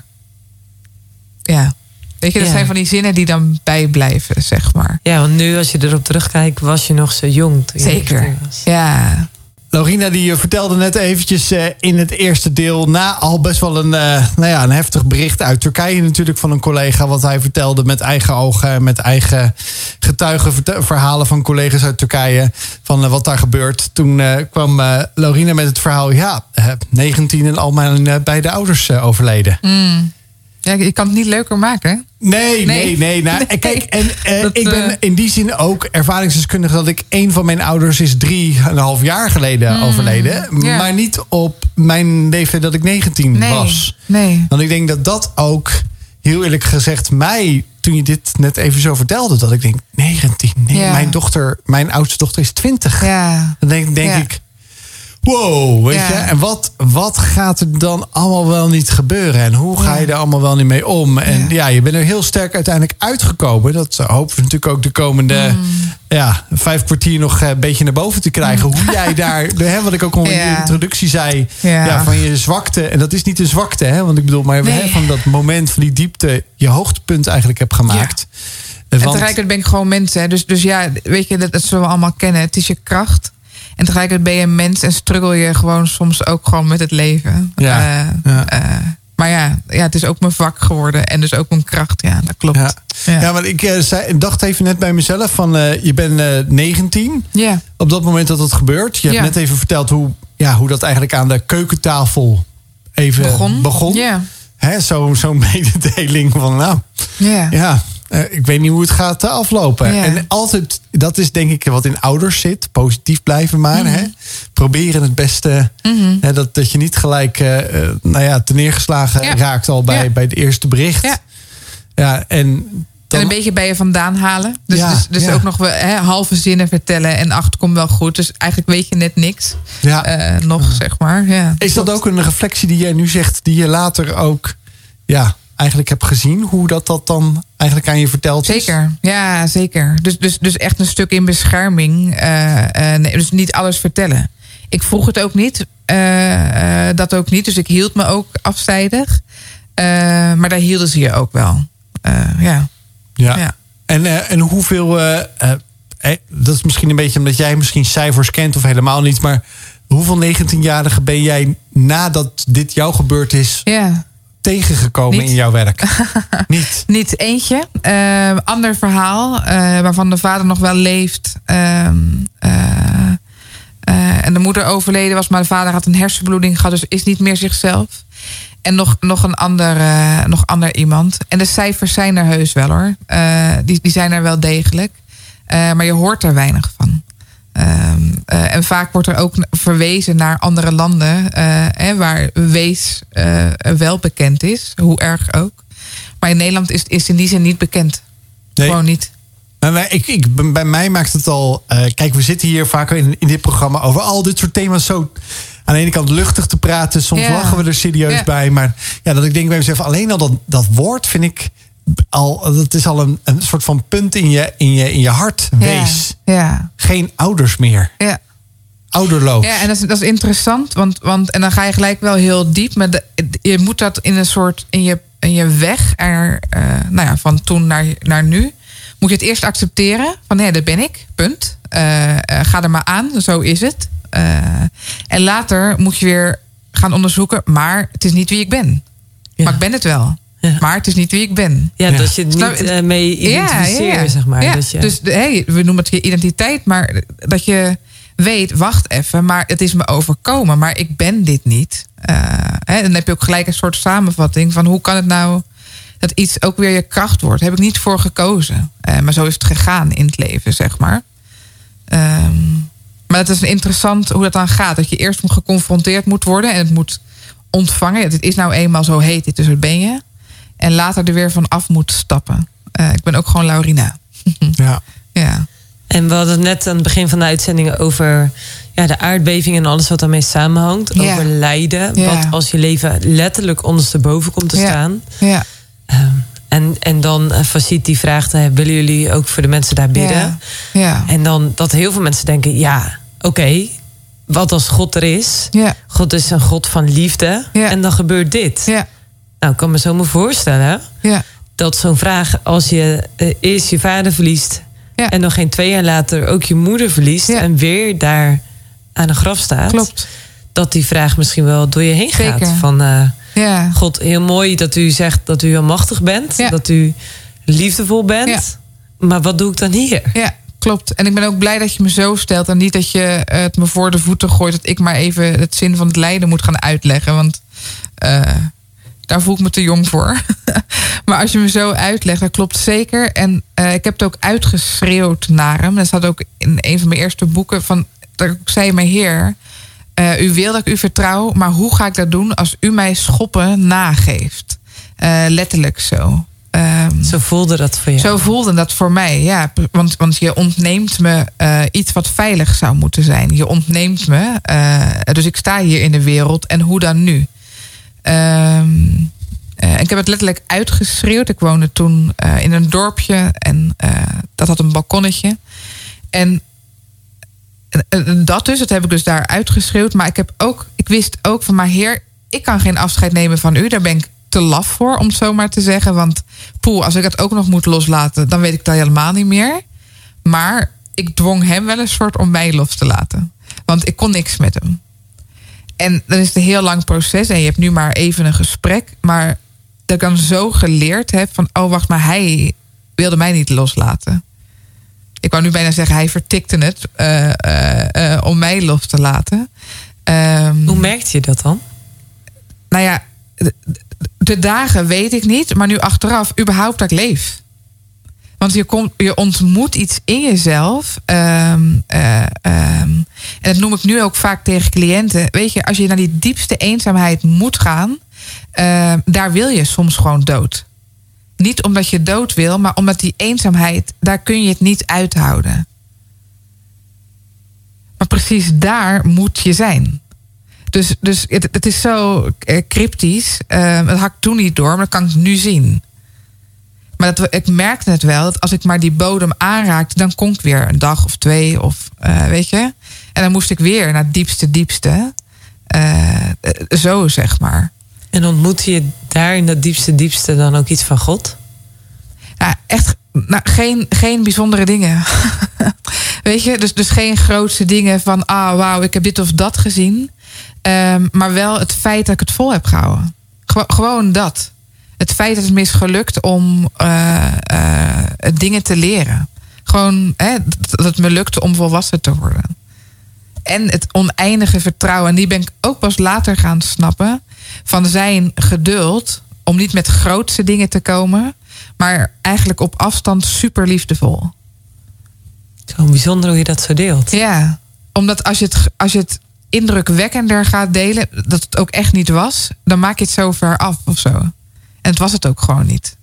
Ja, weet je, dat ja. zijn van die zinnen die dan bijblijven, zeg maar. Ja, want nu als je erop terugkijkt, was je nog zo jong. Toen je Zeker, was. ja. Lorina die vertelde net eventjes uh, in het eerste deel... na al best wel een, uh, nou ja, een heftig bericht uit Turkije natuurlijk... van een collega wat hij vertelde met eigen ogen... met eigen getuigenverhalen van collega's uit Turkije... van uh, wat daar gebeurt. Toen uh, kwam uh, Lorina met het verhaal... ja, uh, negentien en al mijn uh, beide ouders uh, overleden. Mm. Ja, je kan het niet leuker maken. Nee, nee, nee. nee. Nou, nee. Kijk, en uh, dat, ik ben in die zin ook ervaringsdeskundige... dat ik een van mijn ouders is drie en een half jaar geleden mm, overleden. Yeah. Maar niet op mijn leeftijd dat ik negentien nee, was. Nee. Want ik denk dat dat ook, heel eerlijk gezegd... mij, toen je dit net even zo vertelde... dat ik denk, negentien, nee, yeah. mijn dochter, mijn oudste dochter is twintig. Yeah. Dan denk, denk yeah. ik... Wow, weet ja. je? En wat, wat gaat er dan allemaal wel niet gebeuren? En hoe ga je er allemaal wel niet mee om? En ja, ja je bent er heel sterk uiteindelijk uitgekomen. Dat hopen we natuurlijk ook de komende mm. ja, vijf kwartier nog een beetje naar boven te krijgen. Mm. Hoe jij daar, hè, wat ik ook al in ja. de introductie zei... Ja. Ja, van je zwakte. En dat is niet een zwakte, hè? Want ik bedoel, maar nee. hè, van dat moment van die diepte... je hoogtepunt eigenlijk hebt gemaakt. Ja. En tegelijkertijd ben ik gewoon mens, hè? Dus, dus ja, weet je, dat, dat zullen we allemaal kennen. Het is je kracht... En tegelijkertijd ben je een mens en struggle je gewoon soms ook gewoon met het leven. Ja, uh, ja. Uh, maar ja, ja, het is ook mijn vak geworden. En dus ook mijn kracht. Ja, dat klopt. Ja, ja. ja maar ik uh, zei, dacht even net bij mezelf van uh, je bent uh, negentien. Ja. Op dat moment dat het gebeurt. Je hebt ja. net even verteld hoe, ja, hoe dat eigenlijk aan de keukentafel even begon. begon. Ja. Hè, zo, zo'n mededeling van nou, ja. ja, uh, ik weet niet hoe het gaat uh, aflopen. Ja. En altijd, dat is denk ik wat in ouders zit. Positief blijven maar. Mm-hmm. Hè? Proberen het beste. Mm-hmm. Hè, dat, dat je niet gelijk uh, uh, nou ja, te neergeslagen ja. raakt al bij, ja. bij het eerste bericht. Ja, ja en... Dan... En een beetje bij je vandaan halen. Dus, ja, dus, dus ja. ook nog hè, halve zinnen vertellen. En ach, het komt wel goed. Dus eigenlijk weet je net niks. Ja. Uh, nog, ja. zeg maar. Ja, is dat ook een reflectie die jij nu zegt... die je later ook ja, eigenlijk hebt gezien? Hoe dat, dat dan eigenlijk aan je verteld is? Zeker, ja, zeker. Dus, dus, dus echt een stuk in bescherming. Uh, uh, nee, dus niet alles vertellen. Ik vroeg het ook niet. Uh, uh, dat ook niet. Dus ik hield me ook afzijdig. Uh, maar daar hielden ze je ook wel. Uh, ja. Ja. ja. En, uh, en hoeveel... Uh, uh, eh, dat is misschien een beetje omdat jij misschien cijfers kent of helemaal niet. Maar hoeveel negentienjarigen ben jij nadat dit jou gebeurd is... Ja. tegengekomen niet. in jouw werk? niet? Niet eentje. Uh, ander verhaal. Uh, waarvan de vader nog wel leeft. Uh, uh, uh, en de moeder overleden was. Maar de vader had een hersenbloeding gehad. Dus is niet meer zichzelf. En nog, nog een ander, uh, nog ander iemand. En de cijfers zijn er heus wel hoor. Uh, die, die zijn er wel degelijk. Uh, maar je hoort er weinig van. Uh, uh, en vaak wordt er ook verwezen naar andere landen. Uh, hè, waar wees uh, wel bekend is. Hoe erg ook. Maar in Nederland is, is in die zin niet bekend. Nee. Gewoon niet. Nou, ik, ik, bij mij maakt het al... Uh, kijk, we zitten hier vaak in, in dit programma over al dit soort thema's zo... aan de ene kant luchtig te praten. Soms yeah. lachen we er serieus yeah. bij. Maar ja, dat ik denk bij mezelf... alleen al dat, dat woord vind ik... al dat is al een, een soort van punt in je, in je, in je hart. Wees. Yeah. Yeah. Geen ouders meer. Yeah. Ouderloos. Ja, en dat is, dat is interessant. Want, want, en dan ga je gelijk wel heel diep. Maar de, je moet dat in een soort... in je, in je weg er, uh, nou ja, van toen naar, naar nu... moet je het eerst accepteren. Van nee, dat ben ik. Punt. Uh, uh, ga er maar aan. Zo is het. Uh, en later moet je weer gaan onderzoeken... maar het is niet wie ik ben. Ja. Maar ik ben het wel. Ja. Maar het is niet wie ik ben. Ja, ja. dat je het niet uh, mee identificeert, ja, ja, ja. zeg maar. Ja. Dat je... Dus hey, we noemen het je identiteit... maar dat je weet, wacht even... maar het is me overkomen, maar ik ben dit niet. Uh, hè, dan heb je ook gelijk een soort samenvatting... van hoe kan het nou dat iets ook weer je kracht wordt. Daar heb ik niet voor gekozen. Uh, maar zo is het gegaan in het leven, zeg maar. Um, Maar het is interessant hoe dat dan gaat. Dat je eerst geconfronteerd moet worden en het moet ontvangen. Het is nou eenmaal zo heet dit, dus dat ben je. En later er weer van af moet stappen. Uh, ik ben ook gewoon Laurina. Ja. ja. En we hadden het net aan het begin van de uitzending over ja, de aardbeving en alles wat daarmee samenhangt. Ja. Over lijden. Ja. Wat als je leven letterlijk ondersteboven komt te ja. staan. Ja. Um, En, en dan uh, Facit die vraagt, uh, willen jullie ook voor de mensen daar bidden? Ja. Ja. En dan dat heel veel mensen denken, ja, oké, okay, wat als God er is? Ja. God is een God van liefde. Ja. En dan gebeurt dit. Ja. Nou, ik kan me zo maar voorstellen ja. dat zo'n vraag, als je uh, eerst je vader verliest... Ja. en nog geen twee jaar later ook je moeder verliest... Ja. en weer daar aan een graf staat... Klopt. Dat die vraag misschien wel door je heen gaat. Zeker. Van, uh, ja. God, heel mooi dat u zegt dat u almachtig bent. Ja. Dat u liefdevol bent. Ja. Maar wat doe ik dan hier? Ja, klopt. En ik ben ook blij dat je me zo stelt. En niet dat je het me voor de voeten gooit. Dat ik maar even het zin van het lijden moet gaan uitleggen. Want uh, daar voel ik me te jong voor. Maar als je me zo uitlegt, dat klopt zeker. En uh, ik heb het ook uitgeschreeuwd naar hem. Dat staat ook in een van mijn eerste boeken. Van, dat ik zei, mijn Heer... Uh, u wil dat ik u vertrouw, maar hoe ga ik dat doen als u mij schoppen nageeft? Uh, letterlijk zo. Um, zo voelde dat voor jou? Zo voelde dat voor mij, ja. Want, want je ontneemt me uh, iets wat veilig zou moeten zijn. Je ontneemt me. Uh, dus ik sta hier in de wereld en hoe dan nu? Um, uh, ik heb het letterlijk uitgeschreeuwd. Ik woonde toen uh, in een dorpje en uh, dat had een balkonnetje. En dat dus, dat heb ik dus daar uitgeschreeuwd. Maar ik heb ook, ik wist ook van, maar Heer, ik kan geen afscheid nemen van u. Daar ben ik te laf voor, om het zo maar te zeggen. Want poeh, als ik het ook nog moet loslaten, dan weet ik dat helemaal niet meer. Maar ik dwong hem wel een soort om mij los te laten. Want Want ik kon niks met hem. En dan is het een heel lang proces. En je hebt nu maar even een gesprek. Maar dat ik dan zo geleerd heb van... oh, wacht, maar hij wilde mij niet loslaten. Ik wou nu bijna zeggen, hij vertikte het uh, uh, uh, om mij los te laten. Um, Hoe merkte je dat dan? Nou ja, de, de dagen weet ik niet. Maar nu achteraf, überhaupt dat ik leef. Want je, komt, je ontmoet iets in jezelf. Um, uh, um, en dat noem ik nu ook vaak tegen cliënten. Weet je, als je naar die diepste eenzaamheid moet gaan... Uh, daar wil je soms gewoon dood. Niet omdat je dood wil, maar omdat die eenzaamheid... daar kun je het niet uithouden. Maar precies daar moet je zijn. Dus, dus het, het is zo uh, cryptisch. Uh, dat had ik toen niet door, maar dat kan ik nu zien. Maar dat, ik merkte het wel, dat als ik maar die bodem aanraakte... dan kon ik weer een dag of twee, of uh, weet je. En dan moest ik weer naar het diepste, diepste. Uh, zo, zeg maar. En ontmoette je daar in dat diepste, diepste dan ook iets van God? Ja, echt nou, geen, geen bijzondere dingen. Weet je, dus, dus geen grootste dingen van... ah, wauw, ik heb dit of dat gezien. Um, maar wel het feit dat ik het vol heb gehouden. Gewo- gewoon dat. Het feit dat het me is gelukt om uh, uh, dingen te leren. Gewoon hè, dat het me lukte om volwassen te worden. En het oneindige vertrouwen. En die ben ik ook pas later gaan snappen. Van zijn geduld om niet met grootste dingen te komen. Maar eigenlijk op afstand super liefdevol. Zo bijzonder hoe je dat zo deelt. Ja, omdat als je het, als je het indrukwekkender gaat delen... dat het ook echt niet was... dan maak je het zo ver af of zo. En het was het ook gewoon niet.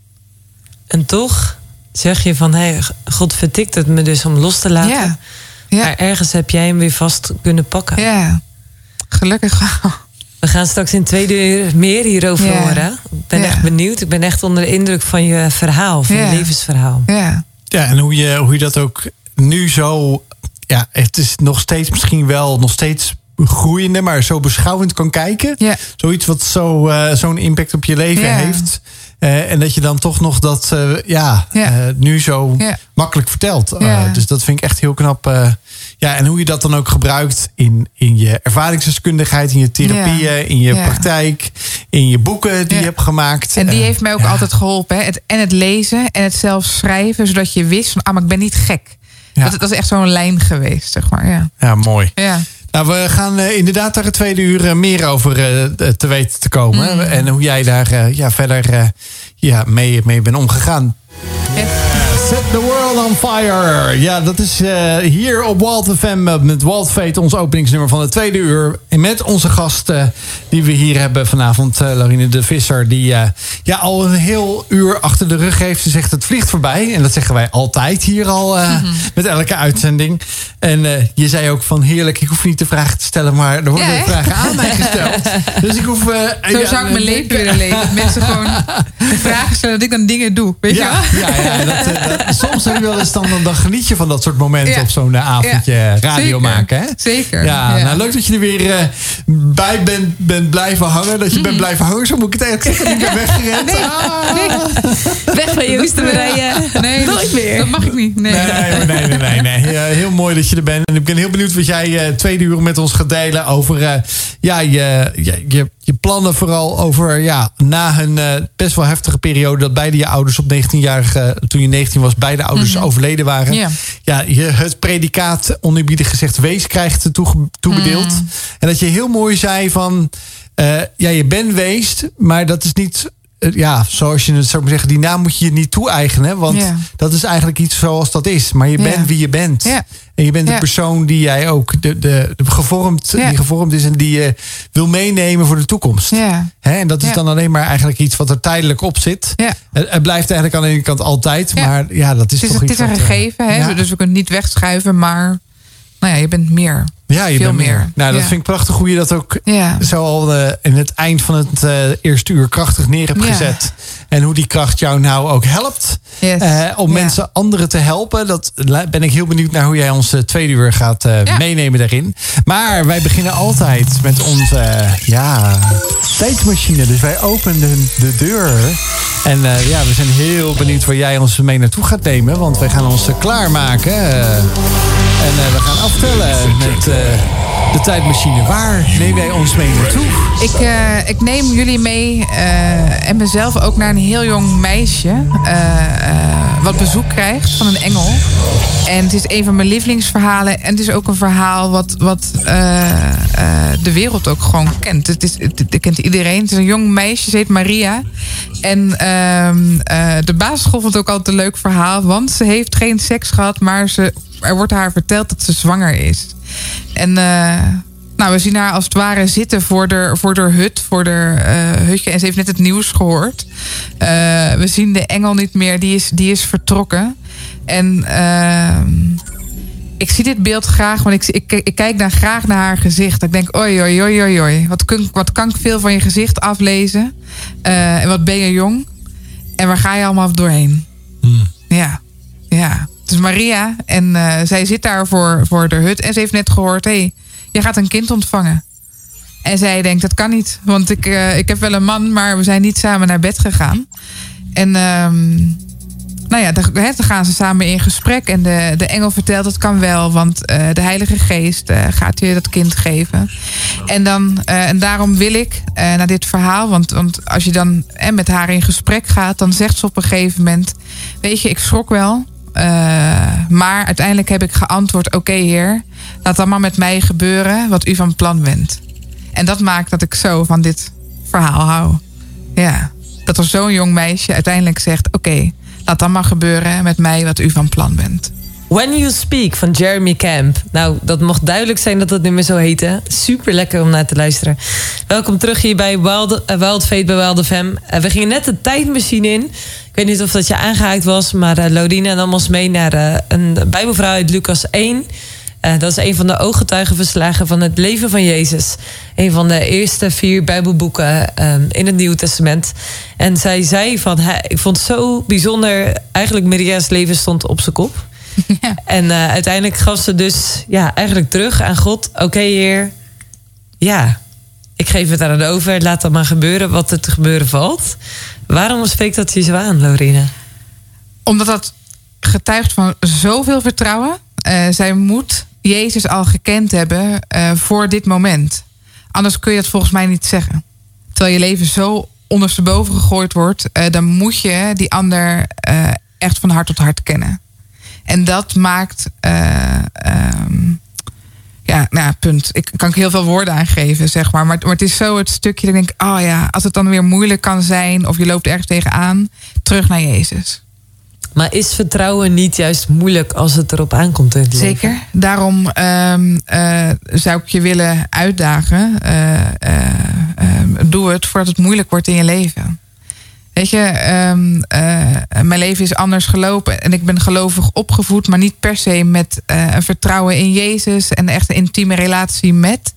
En toch zeg je van... Hey, God vertikt het me dus om los te laten. Ja. Ja. Maar ergens heb jij hem weer vast kunnen pakken. Ja, gelukkig wel. We gaan straks in tweede uur meer hierover ja. horen. Ik ben ja. echt benieuwd. Ik ben echt onder de indruk van je verhaal. Van ja. je levensverhaal. Ja, ja en hoe je, hoe je dat ook nu zo... Ja, het is nog steeds misschien wel... nog steeds groeiende, maar zo beschouwend kan kijken. Ja. Zoiets wat zo, uh, zo'n impact op je leven ja. heeft. Uh, en dat je dan toch nog dat uh, ja, ja. Uh, nu zo ja. makkelijk vertelt. Uh, ja. Dus dat vind ik echt heel knap. Uh, ja, en hoe je dat dan ook gebruikt in, in je ervaringsdeskundigheid, in je therapieën, ja. in je ja. praktijk, in je boeken die ja. je hebt gemaakt. En die uh, heeft mij ook ja. altijd geholpen. Hè? Het, en het lezen en het zelf schrijven, zodat je wist van, ah, maar ik ben niet gek. Ja. Dat, dat is echt zo'n lijn geweest, zeg maar. Ja, ja mooi. Ja. Nou, we gaan uh, inderdaad daar het tweede uur uh, meer over uh, te weten te komen. Mm. En hoe jij daar uh, ja, verder uh, ja, mee, mee bent omgegaan. Yes. Set the world on fire. Ja, dat is uh, hier op Wild F M met Wild Fate, ons openingsnummer van het tweede uur. En met onze gast uh, die we hier hebben vanavond, uh, Laurine de Visser. Die uh, ja, al een heel uur achter de rug heeft. Ze zegt het vliegt voorbij. En dat zeggen wij altijd hier al uh, mm-hmm. met elke uitzending. En uh, je zei ook van heerlijk, ik hoef niet de vragen te stellen, maar er worden ja, vragen aan mij gesteld. Dus ik hoef... Uh, Zo ja, zou ik mijn leven willen leven. Mensen gewoon de vragen stellen dat ik dan dingen doe. Weet ja, je wel? Ja, ja, dat, uh, dat, soms heb je wel eens dan, dan geniet je van dat soort momenten ja. op zo'n uh, avondje ja. radio Zeker. maken. Hè? Zeker. Ja, ja, nou leuk dat je er weer uh, bij bent, bent blijven hangen. Dat je mm. bent blijven hangen, zo moet ik het eigenlijk zeggen. Ik ben weggerend. Nee, ah. nee. Weg van je Oostermarije. Nee, nooit meer. Dat mag ik niet. Nee, nee, nee, nee. nee, nee. Ja, heel mooi dat je er bent. En ik ben heel benieuwd wat jij uh, tweede uur met ons gaat delen over uh, ja, je, je, je, je plannen vooral over ja, na een uh, best wel heftige periode dat beide je ouders op negentienjarige, toen je negentien was, beide ouders mm-hmm. overleden waren. Yeah. Ja, je het predicaat oneerbiedig gezegd wees krijgt toe, toebedeeld. Mm. En dat je heel mooi zei van uh, ja, je bent weest, maar dat is niet ja, zoals je het zou zeggen, die naam moet je je niet toe-eigenen. Want yeah. dat is eigenlijk iets zoals dat is. Maar je bent yeah. wie je bent. Yeah. En je bent de yeah. persoon die jij ook de, de, de gevormd, yeah. die gevormd is en die je wil meenemen voor de toekomst. Yeah. Hè? En dat is yeah. dan alleen maar eigenlijk iets wat er tijdelijk op zit. Yeah. Het, het blijft eigenlijk aan de ene kant altijd. Yeah. Maar ja, dat is het is, toch het iets is een wat, gegeven, hè? Ja. Dus we kunnen het niet wegschuiven, maar nou ja, je bent meer. Ja, je Veel bent meer. meer. Nou, dat ja. vind ik prachtig hoe je dat ook ja. zo al uh, in het eind van het uh, eerste uur krachtig neer hebt ja. gezet. En hoe die kracht jou nou ook helpt. Yes. Uh, om ja. mensen, anderen te helpen. Dat ben ik heel benieuwd naar hoe jij ons uh, tweede uur gaat uh, ja. meenemen daarin. Maar wij beginnen altijd met onze uh, ja, tijdmachine. Dus wij openen de deur. En uh, ja, we zijn heel benieuwd waar jij ons mee naartoe gaat nemen. Want wij gaan ons uh, klaarmaken. Uh, en uh, we gaan aftellen met... Uh, De tijdmachine, waar neem jij ons mee naartoe? Ik, uh, ik neem jullie mee uh, en mezelf ook naar een heel jong meisje. Uh, uh, wat bezoek krijgt van een engel. En het is een van mijn lievelingsverhalen. En het is ook een verhaal wat, wat uh, uh, de wereld ook gewoon kent. Het, is, het, het kent iedereen. Het is een jong meisje, ze heet Maria. En uh, uh, de basisschool vond het ook altijd een leuk verhaal. Want ze heeft geen seks gehad, maar ze, er wordt haar verteld dat ze zwanger is. En uh, nou, we zien haar als het ware zitten voor de, voor de hut, voor de uh, hutje. En ze heeft net het nieuws gehoord. Uh, we zien de engel niet meer, die is, die is vertrokken. En uh, ik zie dit beeld graag, want ik, ik, ik kijk dan graag naar haar gezicht. Ik denk, oei, oei, oei, oei, oei. Wat, kun, wat kan ik veel van je gezicht aflezen? Uh, en wat ben je jong? En waar ga je allemaal doorheen? Hmm. Ja, ja. Het is Maria en uh, zij zit daar voor, voor de hut. En ze heeft net gehoord, hé, hey, je gaat een kind ontvangen. En zij denkt, dat kan niet. Want ik, uh, ik heb wel een man, maar we zijn niet samen naar bed gegaan. En uh, nou ja, dan, he, dan gaan ze samen in gesprek. En de, de engel vertelt, het kan wel. Want uh, de Heilige Geest uh, gaat je dat kind geven. En, dan, uh, en daarom wil ik uh, naar dit verhaal. Want, want als je dan uh, met haar in gesprek gaat, dan zegt ze op een gegeven moment, weet je, ik schrok wel. Uh, maar uiteindelijk heb ik geantwoord, oké okay, heer, laat allemaal met mij gebeuren wat u van plan bent. En dat maakt dat ik zo van dit verhaal hou. Ja, dat er zo'n jong meisje uiteindelijk zegt, oké, okay, laat allemaal gebeuren met mij wat u van plan bent. When You Speak van Jeremy Camp. Nou, dat mocht duidelijk zijn dat het nummer zo heette. Super lekker om naar te luisteren. Welkom terug hier bij Wild, uh, Wild Fate bij Wild F M. Uh, we gingen net de tijdmachine in. Ik weet niet of dat je aangehaakt was, maar uh, Lorina nam ons mee naar uh, een Bijbelverhaal uit Lucas één. Uh, dat is een van de ooggetuigenverslagen van het leven van Jezus. Een van de eerste vier Bijbelboeken uh, in het Nieuwe Testament. En zij zei van, hè, ik vond het zo bijzonder. Eigenlijk Maria's leven stond op zijn kop. Ja. En uh, uiteindelijk gaf ze dus ja, eigenlijk terug aan God. Oké, okay, heer, ja, ik geef het aan het over. Laat dat maar gebeuren wat er te gebeuren valt. Waarom spreekt dat je zo aan, Lorina? Omdat dat getuigt van zoveel vertrouwen. Uh, zij moet Jezus al gekend hebben uh, voor dit moment. Anders kun je dat volgens mij niet zeggen. Terwijl je leven zo ondersteboven gegooid wordt, uh, dan moet je die ander uh, echt van hart tot hart kennen. En dat maakt, uh, um, ja, nou, punt. Ik kan ik heel veel woorden aangeven, zeg maar. maar. Maar het is zo het stukje dat ik denk, oh ja, als het dan weer moeilijk kan zijn, of je loopt ergens tegenaan, terug naar Jezus. Maar is vertrouwen niet juist moeilijk als het erop aankomt in het leven? Zeker. Daarom um, uh, zou ik je willen uitdagen. Uh, uh, uh, doe het voordat het moeilijk wordt in je leven. Weet je, um, uh, mijn leven is anders gelopen. En ik ben gelovig opgevoed, maar niet per se met uh, een vertrouwen in Jezus. En echt een intieme relatie met.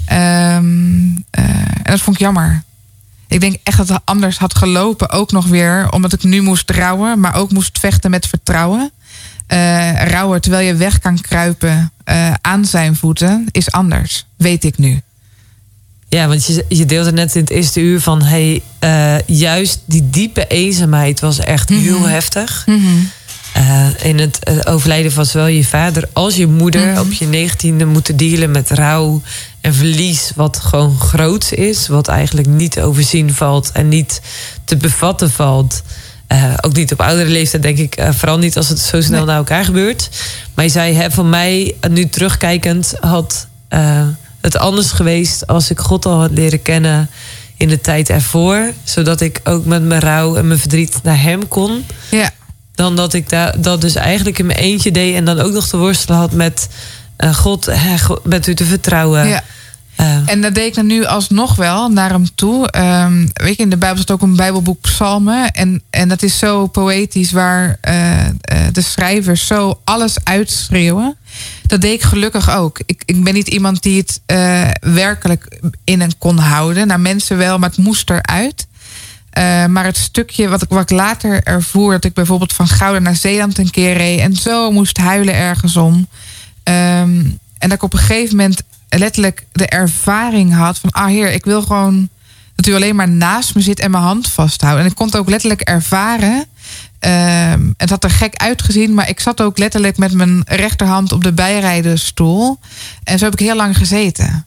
Um, uh, en dat vond ik jammer. Ik denk echt dat het anders had gelopen. Ook nog weer, omdat ik nu moest rouwen. Maar ook moest vechten met vertrouwen. Uh, rouwen terwijl je weg kan kruipen uh, aan zijn voeten is anders. Weet ik nu. Ja, want je, je deelde net in het eerste uur van, hey, uh, juist die diepe eenzaamheid was echt mm-hmm. heel heftig. Mm-hmm. Uh, in het uh, overlijden van zowel je vader als je moeder mm-hmm. op je negentiende moeten dealen met rouw en verlies, wat gewoon groots is, wat eigenlijk niet te overzien valt en niet te bevatten valt. Uh, ook niet op oudere leeftijd, denk ik, uh, vooral niet als het zo snel nee. naar elkaar gebeurt. Maar je zei, hè, van mij, nu terugkijkend, had uh, het anders geweest als ik God al had leren kennen in de tijd ervoor, zodat ik ook met mijn rouw en mijn verdriet naar hem kon. Ja. Dan dat ik da- dat dus eigenlijk in mijn eentje deed en dan ook nog te worstelen had met uh, God, hè, bent u te vertrouwen. Ja. Uh. En dat deed ik dan nu alsnog wel naar hem toe. Um, weet je, in de Bijbel staat ook een Bijbelboek Psalmen. En, en dat is zo poëtisch, waar uh, uh, de schrijvers zo alles uitschreeuwen. Dat deed ik gelukkig ook. Ik, ik ben niet iemand die het uh, werkelijk in en kon houden. Nou, mensen wel, maar het moest eruit. Uh, maar het stukje wat ik, wat ik later ervoer, dat ik bijvoorbeeld van Gouda naar Zeeland een keer reed en zo moest huilen ergens om. Um, en dat ik op een gegeven moment letterlijk de ervaring had van, ah heer, ik wil gewoon dat u alleen maar naast me zit en mijn hand vasthoudt. En ik kon het ook letterlijk ervaren Um, het had er gek uitgezien, maar ik zat ook letterlijk met mijn rechterhand op de bijrijdenstoel. En zo heb ik heel lang gezeten.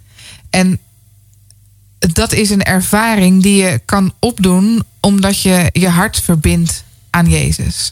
En dat is een ervaring die je kan opdoen omdat je je hart verbindt aan Jezus.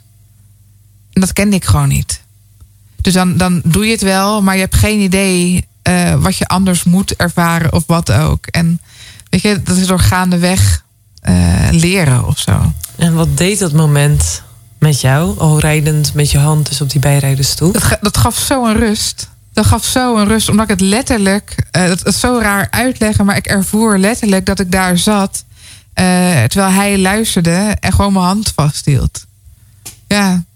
En dat kende ik gewoon niet. Dus dan, dan doe je het wel, maar je hebt geen idee uh, wat je anders moet ervaren of wat ook. En weet je, dat is door gaandeweg uh, leren of zo. En wat deed dat moment met jou, al rijdend met je hand dus op die bijrijdenstoel? Dat, dat gaf zo een rust. Dat gaf zo een rust, omdat ik het letterlijk... Uh, het is zo raar uitleggen, maar ik ervoer letterlijk dat ik daar zat... Uh, terwijl hij luisterde en gewoon mijn hand vasthield. Ja.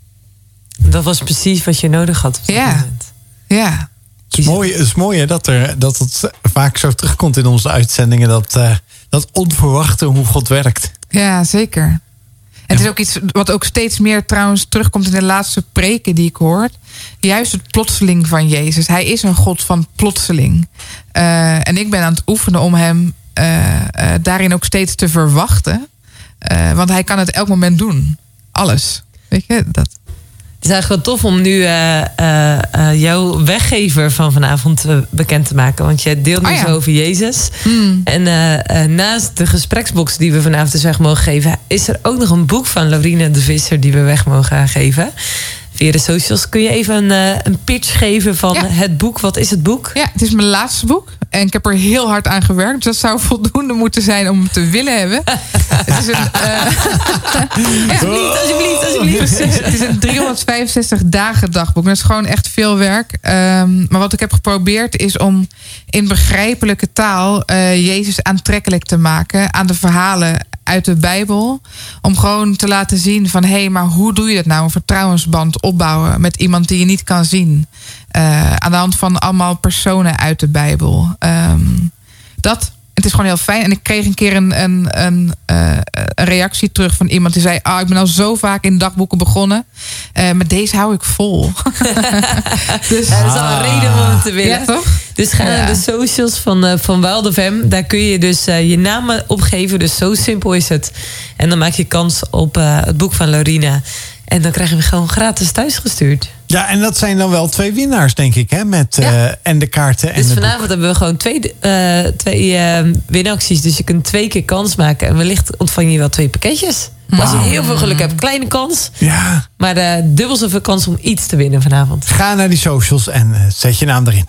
Dat was precies wat je nodig had op dat ja. moment. Ja. Het is mooi, het is mooi hè, dat, er, dat het vaak zo terugkomt in onze uitzendingen... dat, uh, dat onverwachte hoe God werkt. Ja, zeker. En het is ook iets wat ook steeds meer trouwens terugkomt in de laatste preken die ik hoor. Juist het plotseling van Jezus. Hij is een God van plotseling. Uh, en ik ben aan het oefenen om hem uh, uh, daarin ook steeds te verwachten. Uh, want hij kan het elk moment doen. Alles. Weet je, dat... Het is eigenlijk wel tof om nu uh, uh, uh, jouw weggever van vanavond uh, bekend te maken. Want jij deelt nu oh ja. zo over Jezus. Mm. En uh, uh, naast de gespreksbox die we vanavond dus weg mogen geven... is er ook nog een boek van Laurine de Visser die we weg mogen geven. Via de socials. Kun je even een, uh, een pitch geven van ja. het boek? Wat is het boek? Ja, het is mijn laatste boek. En ik heb er heel hard aan gewerkt. Dus dat zou voldoende moeten zijn om het te willen hebben. Het is een... Uh... alsjeblieft, alsjeblieft, alsjeblieft. Het is een driehonderdvijfenzestig dagen dagboek. Dat is gewoon echt veel werk. Um, maar wat ik heb geprobeerd is om in begrijpelijke taal... Uh, Jezus aantrekkelijk te maken aan de verhalen uit de Bijbel. Om gewoon te laten zien van... hé, hey, maar hoe doe je dat nou? Een vertrouwensband opbouwen met iemand die je niet kan zien. Uh, aan de hand van allemaal personen uit de Bijbel. Um, dat, het is gewoon heel fijn. En ik kreeg een keer een, een, een, uh, een reactie terug van iemand die zei... ah, ik ben al zo vaak in dagboeken begonnen. Uh, maar deze hou ik vol. Dus, ja, dat is al een reden om het te willen. Ja, toch? Dus ga naar ja. de socials van, uh, van Wild F M. Daar kun je dus uh, je naam opgeven. Dus zo simpel is het. En dan maak je kans op uh, het boek van Laurine. En dan krijgen we gewoon gratis thuisgestuurd. Ja, en dat zijn dan wel twee winnaars, denk ik, hè? Met uh, ja. en de kaarten. En dus vanavond boek. hebben we gewoon twee, uh, twee uh, winacties. Dus je kunt twee keer kans maken. En wellicht ontvang je wel twee pakketjes. Wow. Als je heel veel geluk hebt, kleine kans. Ja. Maar uh, dubbel zoveel kans om iets te winnen vanavond. Ga naar die socials en uh, zet je naam erin.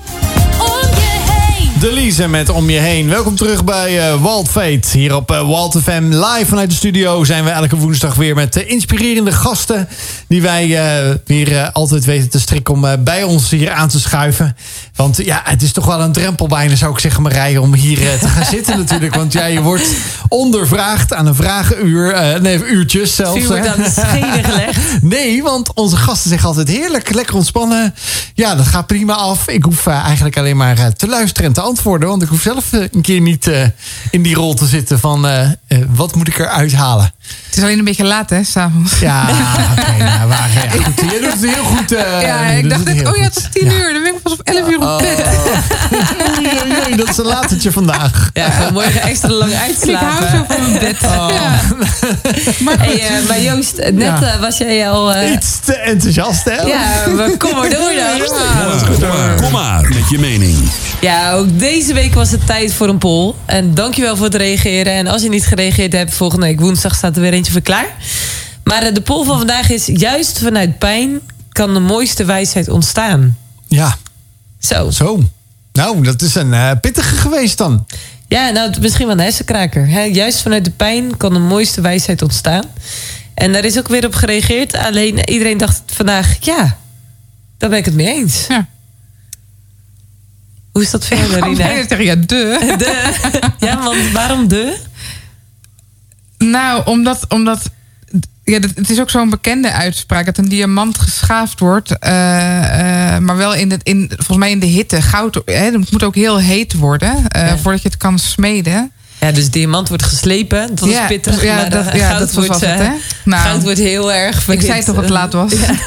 Delise met Om Je Heen. Welkom terug bij uh, Wild Fate. Hier op uh, Wild F M. Live vanuit de studio zijn we elke woensdag weer met uh, inspirerende gasten. Die wij uh, weer uh, altijd weten te strikken om uh, bij ons hier aan te schuiven. Want ja, het is toch wel een drempel bijna, zou ik zeggen, Marije, om hier uh, te gaan zitten natuurlijk. Want jij ja, wordt ondervraagd aan een vragenuur. Uh, nee, uurtjes zelfs. Je wordt aan de schenen gelegd. Nee, want onze gasten zeggen altijd heerlijk, lekker ontspannen. Ja, dat gaat prima af. Ik hoef uh, eigenlijk alleen maar uh, te luisteren en te antwoorden. Want ik hoef zelf uh, een keer niet uh, in die rol te zitten van uh, uh, wat moet ik eruit halen. Het is alleen een beetje laat, hè, s'avonds. Ja, oké. Okay, nou, waar, ja, goed. Je doet het heel goed. Uh, ja, ik dacht, net, oh ja, het is tien ja. uur. Dan ben ik pas op elf uur op bed. Oh. Nee, dat is een latertje vandaag. Ja, gewoon morgen extra lang uitslapen. Ik hou zo van mijn bed. Oh. Ja. Maar, hey, uh, maar Joost, net ja. uh, was jij al... Uh... Iets te enthousiast, hè? Ja, maar kom maar door dan. Ja, kom, maar, kom maar met je mening. Ja, ook deze week was het tijd voor een poll. En dankjewel voor het reageren. En als je niet gereageerd hebt, volgende week woensdag staat er weer eentje voor klaar. Maar de poll van vandaag is: juist vanuit pijn kan de mooiste wijsheid ontstaan. Ja. Zo. Zo. Nou, dat is een uh, pittige geweest dan. Ja, nou, misschien wel een hersenkraker. Hè? Juist vanuit de pijn kan de mooiste wijsheid ontstaan. En daar is ook weer op gereageerd. Alleen iedereen dacht vandaag, ja, daar ben ik het mee eens. Ja. Hoe is dat verder, Rina? Ik zeg ja, de. de. Ja, want waarom de? Nou, omdat... omdat ja, het is ook zo'n bekende uitspraak dat een diamant geschaafd wordt, uh, uh, maar wel in, de, in volgens mij in de hitte. Goud, hè, het moet ook heel heet worden uh, ja. voordat je het kan smeden. Ja, dus diamant wordt geslepen. Dat ja, is pittig. Ja, maar dat, ja, dat wordt, het, hè? Nou, goud wordt heel erg verhit. Ik zei toch dat het laat was. Ja.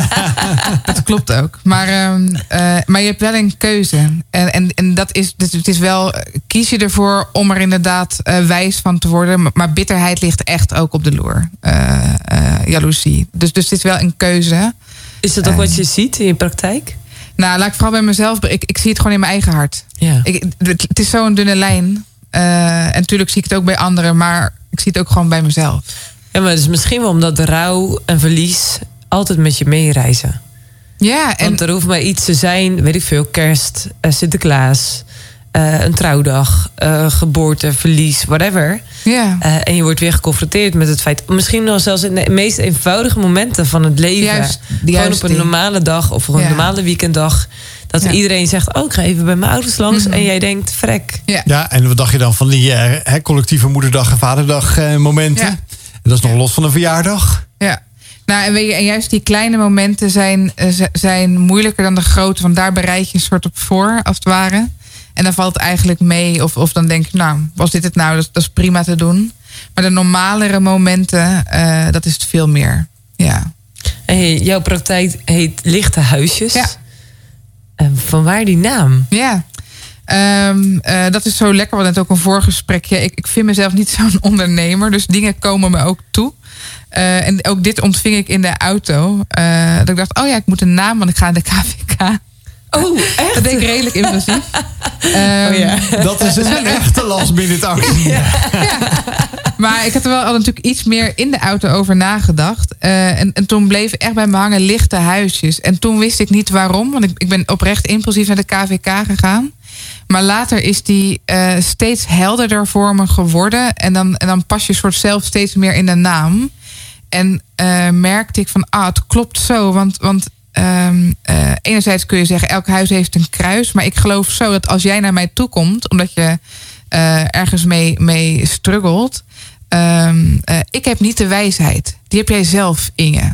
Dat klopt ook. Maar, um, uh, maar je hebt wel een keuze. En, en, en dat is, dus het is wel, kies je ervoor om er inderdaad uh, wijs van te worden. Maar bitterheid ligt echt ook op de loer. Uh, uh, jaloezie. Dus, dus het is wel een keuze. Is dat ook uh, wat je ziet in je praktijk? Nou, laat ik vooral bij mezelf. Ik, ik zie het gewoon in mijn eigen hart. Ja. Ik, het, het is zo'n dunne lijn. Uh, en natuurlijk zie ik het ook bij anderen. Maar ik zie het ook gewoon bij mezelf. Ja, maar het is misschien wel omdat rouw en verlies altijd met je meereizen. Ja, en want er hoeft maar iets te zijn, weet ik veel, kerst, uh, Sinterklaas, uh, een trouwdag, uh, geboorte, verlies, whatever. Ja. Uh, en je wordt weer geconfronteerd met het feit, misschien nog zelfs in de meest eenvoudige momenten van het leven. Juist, gewoon juist op een normale dag of op een ja. normale weekenddag. Dat ja. iedereen zegt, oh, ik ga even bij mijn ouders langs. Mm-hmm. En jij denkt, vrek. Ja. ja, en wat dacht je dan van die uh, collectieve moederdag en vaderdag uh, momenten? Ja. Dat is nog los van een verjaardag. Ja. Nou, en, weet je, en juist die kleine momenten zijn, uh, zijn moeilijker dan de grote. Want daar bereid je een soort op voor, als het ware. En dan valt het eigenlijk mee. Of, of dan denk je, nou, was dit het nou? Dat, dat is prima te doen. Maar de normalere momenten, uh, dat is het veel meer. Ja. Hey, jouw praktijk heet Lichte Huisjes. Ja. Uh, van waar die naam? Ja. Um, uh, dat is zo lekker, want het ook een voorgesprekje. Ik, ik vind mezelf niet zo'n ondernemer, dus dingen komen me ook toe. Uh, en ook dit ontving ik in de auto. Uh, dat ik dacht, oh ja, ik moet een naam, want ik ga in de K V K. Oh, echt? Dat deed ik redelijk impulsief. Um, oh ja. Dat is een echte last minute actie. Ja. Ja. Maar ik had er wel al natuurlijk iets meer in de auto over nagedacht. Uh, en, en toen bleef echt bij me hangen Lichte Huisjes. En toen wist ik niet waarom, want ik, ik ben oprecht impulsief naar de K V K gegaan. Maar later is die uh, steeds helderder voor me geworden. En dan, en dan pas je soort zelf steeds meer in de naam. En uh, merkte ik van, ah, het klopt zo. Want, want um, uh, enerzijds kun je zeggen, elk huis heeft een kruis. Maar ik geloof zo dat als jij naar mij toe komt, omdat je uh, ergens mee, mee struggelt. Um, uh, ik heb niet de wijsheid. Die heb jij zelf in je.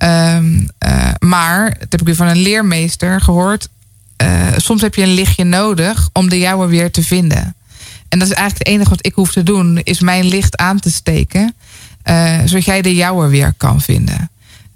Um, uh, maar, dat heb ik weer van een leermeester gehoord. Uh, soms heb je een lichtje nodig om de jouwe weer te vinden. En dat is eigenlijk het enige wat ik hoef te doen, is mijn licht aan te steken. Uh, zodat jij de jouwe weer kan vinden.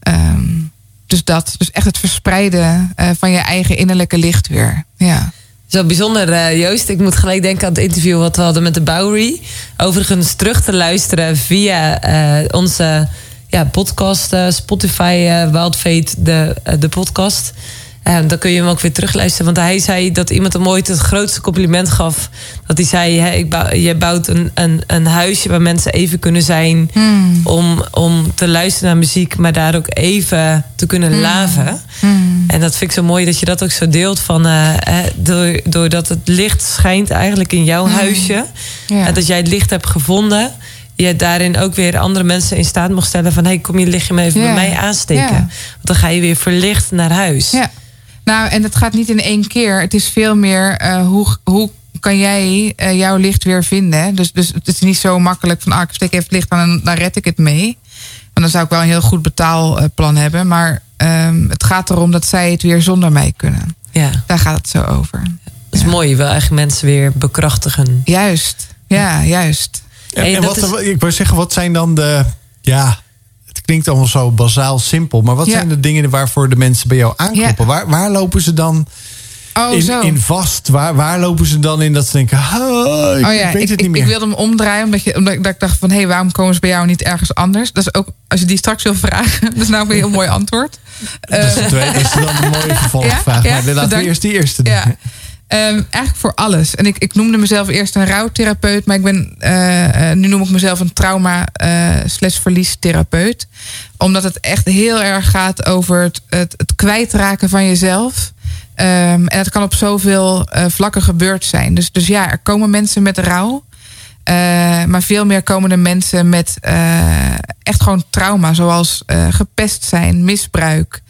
Um, dus dat. Dus echt het verspreiden uh, van je eigen innerlijke licht weer. Ja. Zo bijzonder, uh, Joost. Ik moet gelijk denken aan het interview wat we hadden met de Bowery. Overigens terug te luisteren via uh, onze ja, podcast, uh, Spotify, uh, Wild Fate, de, uh, de podcast. Uh, dan kun je hem ook weer terugluisteren. Want hij zei dat iemand hem ooit het grootste compliment gaf. Dat hij zei, hè, ik bouw, je bouwt een, een, een huisje waar mensen even kunnen zijn. Hmm. Om, om te luisteren naar muziek, maar daar ook even te kunnen hmm. laven. Hmm. En dat vind ik zo mooi dat je dat ook zo deelt. Van, uh, door, doordat het licht schijnt eigenlijk in jouw hmm. huisje. Ja. En dat jij het licht hebt gevonden. Je daarin ook weer andere mensen in staat mag stellen. Van, hey, kom je lichtje maar even ja. bij mij aansteken. Ja. Want dan ga je weer verlicht naar huis. Ja. Nou, en het gaat niet in één keer. Het is veel meer, uh, hoe, hoe kan jij uh, jouw licht weer vinden? Dus, dus het is niet zo makkelijk van, ah, ik steek even het licht aan en dan red ik het mee. Want dan zou ik wel een heel goed betaalplan hebben. Maar um, het gaat erom dat zij het weer zonder mij kunnen. Ja. Daar gaat het zo over. Dat is ja. mooi, je wil eigenlijk mensen weer bekrachtigen. Juist, ja, juist. En, en, en wat, is... ik wil zeggen, wat zijn dan de... ja. Het klinkt allemaal zo bazaal simpel. Maar wat ja. zijn de dingen waarvoor de mensen bij jou aankloppen? Ja. Waar, waar lopen ze dan oh, in, in vast? Waar, waar lopen ze dan in dat ze denken... Oh, ik oh ja, weet ik, het niet meer. Ik wilde hem omdraaien omdat, je, omdat ik dacht van... hé, hey, waarom komen ze bij jou niet ergens anders? Dat is ook, als je die straks wil vragen... dat is nou ook een heel mooi antwoord. Dat is, de tweede, is dan een mooie vervolgvraag. Ja, ja, maar laten we eerst die eerste doen. Ja. Um, eigenlijk voor alles. En ik, ik noemde mezelf eerst een rouwtherapeut... maar ik ben, uh, uh, nu noem ik mezelf een trauma uh, slash verliestherapeut. Omdat het echt heel erg gaat over het, het, het kwijtraken van jezelf. Um, en het kan op zoveel uh, vlakken gebeurd zijn. Dus, dus ja, er komen mensen met rouw. Uh, maar veel meer komen er mensen met uh, echt gewoon trauma. Zoals uh, gepest zijn, misbruik...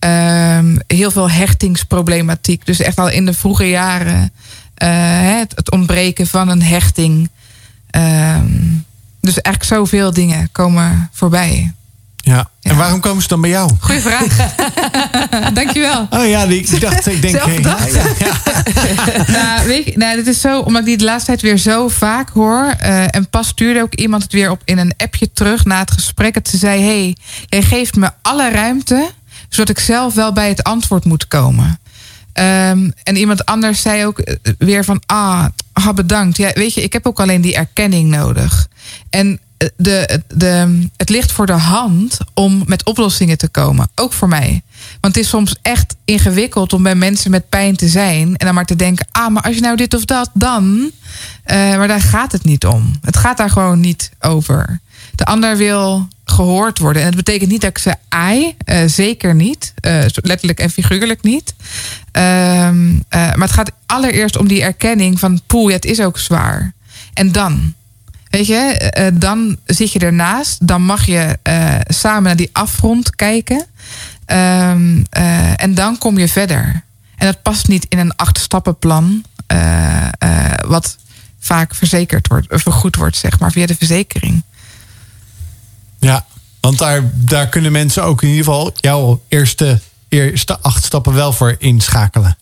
Um, heel veel hechtingsproblematiek. Dus echt al in de vroege jaren. Uh, het, het ontbreken van een hechting. Um, dus eigenlijk zoveel dingen komen voorbij. Ja. En ja. waarom komen ze dan bij jou? Goeie vraag. Dankjewel. Oh ja, ik dacht, ik denk... Hey, ja, ja, ja. nou, weet je, nou, dit is zo, omdat ik die de laatste tijd weer zo vaak hoor. Uh, en pas stuurde ook iemand het weer op in een appje terug na het gesprek. Dat ze zei, hey, jij geeft me alle ruimte, zodat ik zelf wel bij het antwoord moet komen. Um, en iemand anders zei ook weer van, ah, ah, bedankt. Ja, weet je, ik heb ook alleen die erkenning nodig. En de, de, het ligt voor de hand om met oplossingen te komen. Ook voor mij. Want het is soms echt ingewikkeld om bij mensen met pijn te zijn. En dan maar te denken, ah, maar als je nou dit of dat, dan... Uh, maar daar gaat het niet om. Het gaat daar gewoon niet over. De ander wil gehoord worden. En dat betekent niet dat ik ze aai. Uh, zeker niet. Uh, letterlijk en figuurlijk niet. Uh, uh, maar het gaat allereerst om die erkenning van... poeh, ja, het is ook zwaar. En dan... Weet je, uh, dan zit je ernaast. Dan mag je uh, samen naar die afgrond kijken. Um, uh, en dan kom je verder. En dat past niet in een acht-stappenplan... Uh, uh, wat vaak verzekerd wordt, vergoed wordt, zeg maar, via de verzekering. Ja, want daar, daar kunnen mensen ook in ieder geval jouw eerste, eerste acht stappen wel voor inschakelen.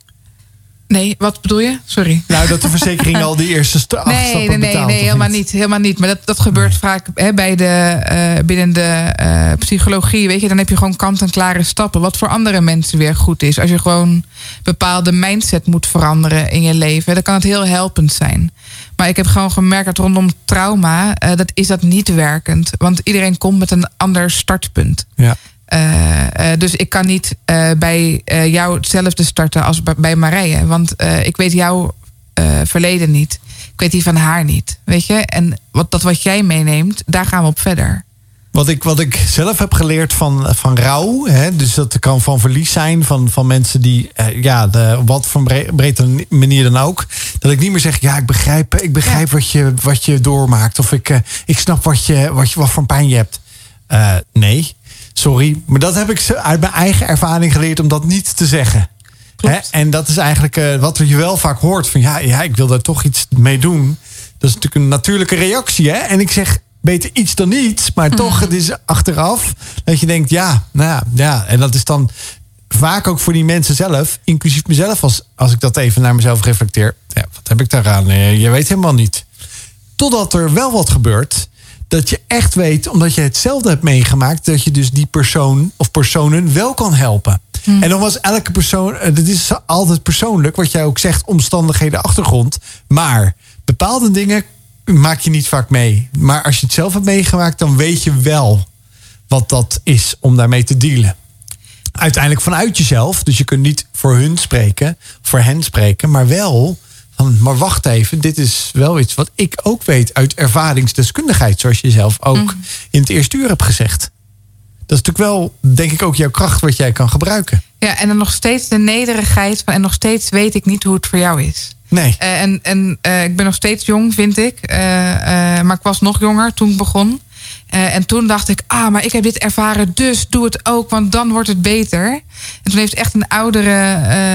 Nee, wat bedoel je? Sorry. Nou, dat de verzekering al die eerste st- acht nee, stappen nee, nee, betaalt. Nee, nee, helemaal niet? niet. Helemaal niet. Maar dat, dat gebeurt nee. vaak hè, bij de, uh, binnen de uh, psychologie. Weet je, dan heb je gewoon kant-en-klare stappen. Wat voor andere mensen weer goed is. Als je gewoon bepaalde mindset moet veranderen in je leven. Dan kan het heel helpend zijn. Maar ik heb gewoon gemerkt dat rondom trauma... Uh, dat is dat niet werkend. Want iedereen komt met een ander startpunt. Ja. Uh, uh, dus ik kan niet uh, bij uh, jou hetzelfde starten als bij Marije. Want uh, ik weet jouw uh, verleden niet. Ik weet die van haar niet. Weet je? En wat, dat wat jij meeneemt, daar gaan we op verder. Wat ik, wat ik zelf heb geleerd van, van rouw... Hè, dus dat kan van verlies zijn... van, van mensen die, uh, ja, de, wat voor breedte manier dan ook... dat ik niet meer zeg, ja, ik begrijp, ik begrijp ja. wat, je, wat je doormaakt... of ik, uh, ik snap wat, je, wat, je, wat voor pijn je hebt. Uh, nee... Sorry, maar dat heb ik uit mijn eigen ervaring geleerd om dat niet te zeggen. Hè? En dat is eigenlijk uh, wat je wel vaak hoort. Van ja, ja, ik wil daar toch iets mee doen. Dat is natuurlijk een natuurlijke reactie. Hè? En ik zeg beter iets dan niets. Maar toch, het is achteraf dat je denkt, ja, nou ja, ja. En dat is dan vaak ook voor die mensen zelf, inclusief mezelf, als, als ik dat even naar mezelf reflecteer. Ja, wat heb ik daaraan? Je weet helemaal niet. Totdat er wel wat gebeurt. Dat je echt weet, omdat je hetzelfde hebt meegemaakt... dat je dus die persoon of personen wel kan helpen. Hmm. En dan was elke persoon... dat is altijd persoonlijk, wat jij ook zegt... omstandigheden, achtergrond. Maar bepaalde dingen maak je niet vaak mee. Maar als je het zelf hebt meegemaakt... dan weet je wel wat dat is om daarmee te dealen. Uiteindelijk vanuit jezelf. Dus je kunt niet voor hun spreken, voor hen spreken... maar wel... Maar wacht even, dit is wel iets wat ik ook weet uit ervaringsdeskundigheid. Zoals je zelf ook mm. in het eerste uur hebt gezegd. Dat is natuurlijk wel, denk ik, ook jouw kracht wat jij kan gebruiken. Ja, en dan nog steeds de nederigheid van... en nog steeds weet ik niet hoe het voor jou is. Nee. Uh, en en uh, ik ben nog steeds jong, vind ik. Uh, uh, maar ik was nog jonger toen ik begon. Uh, en toen dacht ik, ah, maar ik heb dit ervaren, dus doe het ook, want dan wordt het beter. En toen heeft echt een oudere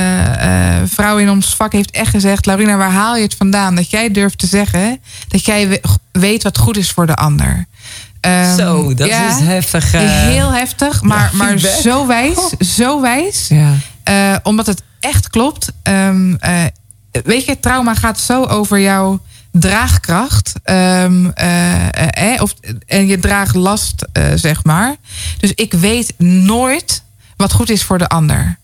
uh, uh, vrouw in ons vak heeft echt gezegd... Laurina, waar haal je het vandaan? Dat jij durft te zeggen dat jij weet wat goed is voor de ander. Um, zo, dat ja, is heftig. Uh... Heel heftig, maar, ja, maar zo wijs, oh. zo wijs. Ja. Uh, omdat het echt klopt. Um, uh, weet je, trauma gaat zo over jouw... draagkracht um, uh, eh, of, en je draaglast, uh, zeg maar. Dus ik weet nooit wat goed is voor de ander.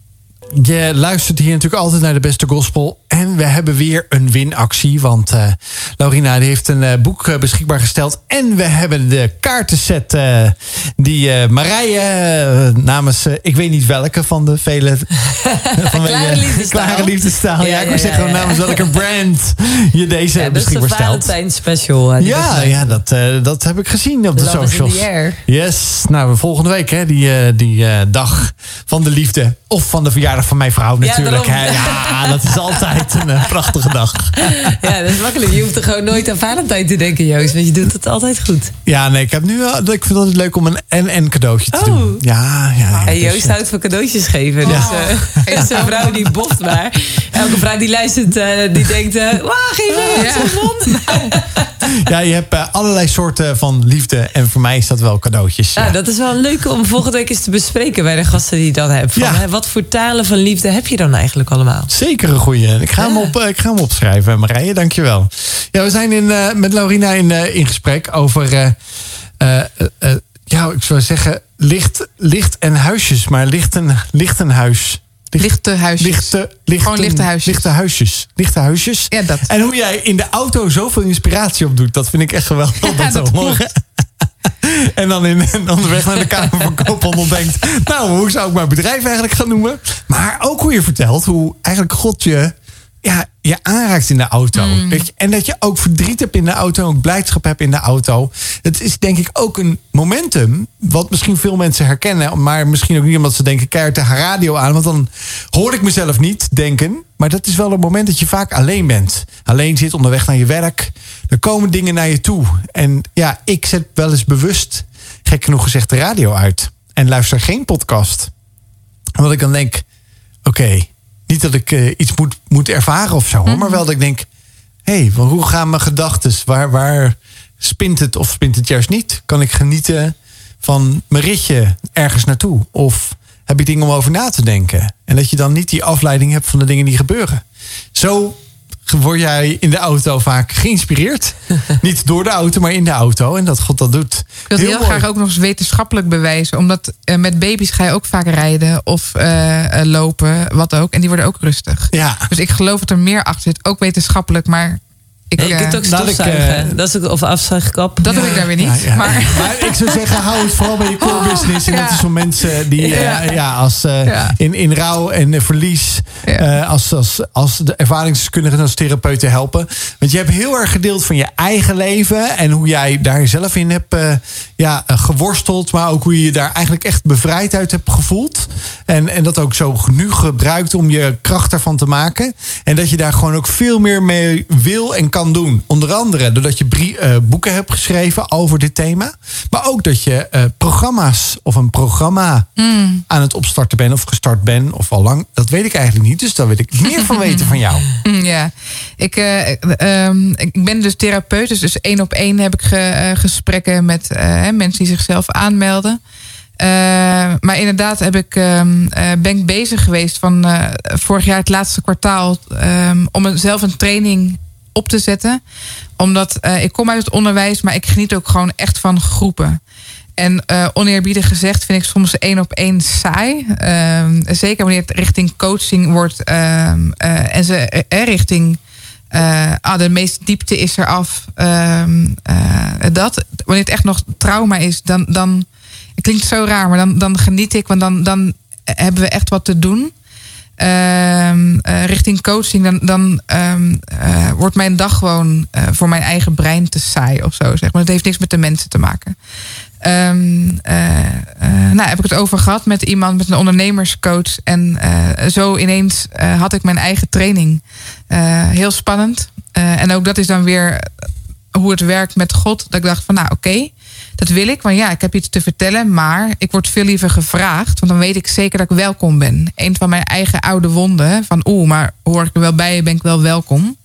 Je luistert hier natuurlijk altijd naar de beste gospel. En we hebben weer een winactie. Want uh, Laurina die heeft een uh, boek uh, beschikbaar gesteld. En we hebben de kaartenset uh, die uh, Marije uh, namens... Uh, ik weet niet welke van de vele... van Klare Liefdestaal. Klare Liefdestaal. Ja, ja, ik wil ja, zeggen ja, ja. namens welke brand je deze ja, beschikbaar stelt. Dat is de Valentijn special. Uh, ja, ja dat, uh, dat heb ik gezien op de Love socials. Yes, nou volgende week hè, die, uh, die uh, dag van de liefde. Of van de verjaardag van mijn vrouw natuurlijk. Ja, ja dat is altijd een uh, prachtige dag. Ja, dat is makkelijk. Je hoeft er gewoon nooit aan Valentijn te denken, Joost. Want je doet het altijd goed. Ja, nee, ik heb nu wel, ik vind het altijd leuk om een en-en cadeautje te oh. doen. Ja, ja. ja en Joost dus, houdt van cadeautjes geven. Dus uh, oh. is een vrouw die boft maar. Elke vrouw die luistert, uh, die denkt... Uh, Wauw, geef me ja. Ja, je hebt uh, allerlei soorten van liefde. En voor mij is dat wel cadeautjes. Ja, ja. Dat is wel leuk om volgende week eens te bespreken... bij de gasten die je dan hebt. Van, ja. hè, wat voor talen van liefde heb je dan eigenlijk allemaal? Zeker een goeie. Ik ga, ja. hem, op, ik ga hem opschrijven, Marije. Dankjewel. Ja, we zijn in, uh, met Laurina in, uh, in gesprek over... Uh, uh, uh, ja, ik zou zeggen... Licht, licht en huisjes. Maar licht en, licht en huis... Licht, lichte huisjes. Lichte, lichten, Gewoon lichte huisjes. Lichte huisjes. Lichte huisjes. Ja, dat. En hoe jij in de auto zoveel inspiratie op doet, dat vind ik echt geweldig. Ja, dat morgen. En dan in, onderweg naar de Kamer van Koophandel denkt... nou, hoe zou ik mijn bedrijf eigenlijk gaan noemen? Maar ook hoe je vertelt hoe eigenlijk God je... Ja, je aanraakt in de auto. Mm. Dat je, en dat je ook verdriet hebt in de auto. Ook blijdschap hebt in de auto. Het is denk ik ook een momentum. Wat misschien veel mensen herkennen. Maar misschien ook niet omdat ze denken keihard de radio aan. Want dan hoor ik mezelf niet denken. Maar dat is wel een moment dat je vaak alleen bent. Alleen zit onderweg naar je werk. Er komen dingen naar je toe. En ja, ik zet wel eens bewust, gek genoeg gezegd, de radio uit. En luister geen podcast. Omdat ik dan denk, oké... Okay, niet dat ik uh, iets moet, moet ervaren of zo, hoor, mm-hmm. maar wel dat ik denk... hé, hey, hoe gaan mijn gedachten? Waar, waar spint het of spint het juist niet? Kan ik genieten van mijn ritje ergens naartoe? Of heb ik dingen om over na te denken? En dat je dan niet die afleiding hebt van de dingen die gebeuren. Zo word jij in de auto vaak geïnspireerd. Niet door de auto, maar in de auto. En dat God dat doet. Ik wil het heel, heel graag ook nog eens wetenschappelijk bewijzen. Omdat uh, met baby's ga je ook vaak rijden of uh, uh, lopen, wat ook. En die worden ook rustig. Ja. Dus ik geloof dat er meer achter zit. Ook wetenschappelijk, maar... Ik, ja, je kunt ook stofzuigen. Uh, dat is ook, of afzuigkap. Dat ja, doe ik daar weer niet. Ja, ja. Maar. maar ik zou zeggen, hou het vooral bij je core business. En ja. dat is voor mensen die ja. Uh, ja, als, uh, ja. in, in rouw en uh, verlies... Ja. Uh, als, als, als de ervaringsdeskundigen als therapeuten helpen. Want je hebt heel erg gedeeld van je eigen leven... en hoe jij daar zelf in hebt uh, ja, uh, geworsteld... maar ook hoe je je daar eigenlijk echt bevrijd uit hebt gevoeld. En, en dat ook zo nu gebruikt om je kracht ervan te maken. En dat je daar gewoon ook veel meer mee wil en kan doen. Onder andere doordat je brie, uh, boeken hebt geschreven over dit thema. Maar ook dat je uh, programma's of een programma mm. aan het opstarten bent of gestart bent of al lang. Dat weet ik eigenlijk niet. Dus daar wil ik meer van weten van jou. Ja, ik, uh, um, ik ben dus therapeut. Dus, dus één op één heb ik ge, uh, gesprekken met uh, mensen die zichzelf aanmelden. Uh, maar inderdaad heb ik, um, uh, ben ik bezig geweest van uh, vorig jaar het laatste kwartaal um, om zelf een training op te zetten. Omdat uh, ik kom uit het onderwijs, maar ik geniet ook gewoon echt van groepen. En uh, oneerbiedig gezegd vind ik soms één op één saai. Uh, zeker wanneer het richting coaching wordt. Uh, uh, en ze uh, richting... Uh, ah, de meeste diepte is eraf. Uh, uh, dat. Wanneer het echt nog trauma is, dan... dan het klinkt zo raar, maar dan, dan geniet ik. Want dan, dan hebben we echt wat te doen. Uh, uh, richting coaching, dan, dan um, uh, wordt mijn dag gewoon uh, voor mijn eigen brein te saai of zo. Zeg maar. Het heeft niks met de mensen te maken. Um, uh, uh, nou, heb ik het over gehad met iemand, met een ondernemerscoach. En uh, zo ineens uh, had ik mijn eigen training. Uh, heel spannend. Uh, en ook dat is dan weer hoe het werkt met God. Dat ik dacht van, nou oké. Okay, dat wil ik, want ja, ik heb iets te vertellen. Maar ik word veel liever gevraagd. Want dan weet ik zeker dat ik welkom ben. Een van mijn eigen oude wonden. Van oeh, maar hoor ik er wel bij, ben ik wel welkom. Um,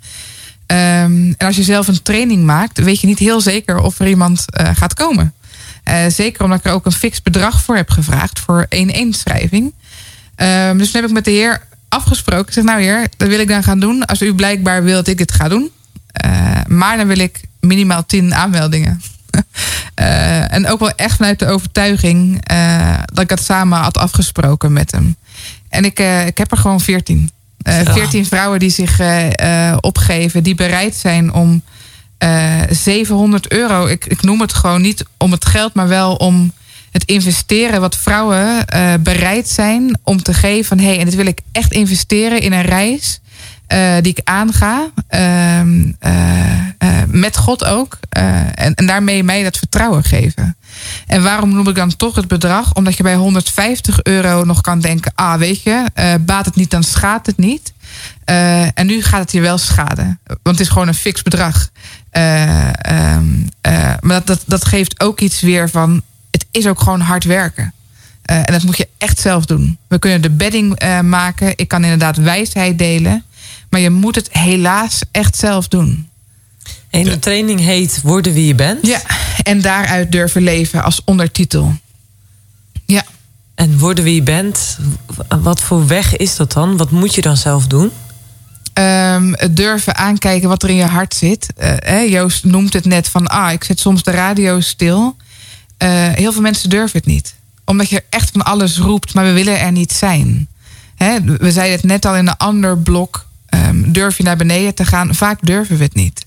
en als je zelf een training maakt, weet je niet heel zeker of er iemand uh, gaat komen. Uh, zeker omdat ik er ook een fix bedrag voor heb gevraagd. Voor één-één-schrijving. Um, dus toen heb ik met de heer afgesproken. Ik zeg, nou heer, dat wil ik dan gaan doen. Als u blijkbaar wil dat ik dit ga doen. Uh, maar dan wil ik minimaal tien aanmeldingen. Uh, en ook wel echt vanuit de overtuiging uh, dat ik dat samen had afgesproken met hem. En ik, uh, ik heb er gewoon veertien. Veertien uh, vrouwen die zich uh, uh, opgeven, die bereid zijn om uh, zevenhonderd euro. Ik, ik noem het gewoon niet om het geld, maar wel om het investeren wat vrouwen uh, bereid zijn om te geven van hé, hey, en dit wil ik echt investeren in een reis. Uh, die ik aanga. Uh, uh, uh, met God ook. Uh, en, en daarmee mij dat vertrouwen geven. En waarom noem ik dan toch het bedrag? Omdat je bij honderdvijftig euro nog kan denken. Ah, weet je, uh, baat het niet, dan schaadt het niet. Uh, en nu gaat het je wel schaden. Want het is gewoon een fix bedrag. Uh, uh, uh, maar dat, dat, dat geeft ook iets weer van. Het is ook gewoon hard werken. Uh, en dat moet je echt zelf doen. We kunnen de bedding uh, maken. Ik kan inderdaad wijsheid delen. Maar je moet het helaas echt zelf doen. En de training heet Worden wie je bent? Ja, en daaruit durven leven als ondertitel. Ja. En worden wie je bent, wat voor weg is dat dan? Wat moet je dan zelf doen? Um, het durven aankijken wat er in je hart zit. Uh, hè, Joost noemt het net van, ah, ik zet soms de radio stil. Uh, heel veel mensen durven het niet. Omdat je echt van alles roept, maar we willen er niet zijn. Hè, we zeiden het net al in een ander blok. Um, durf je naar beneden te gaan? Vaak durven we het niet.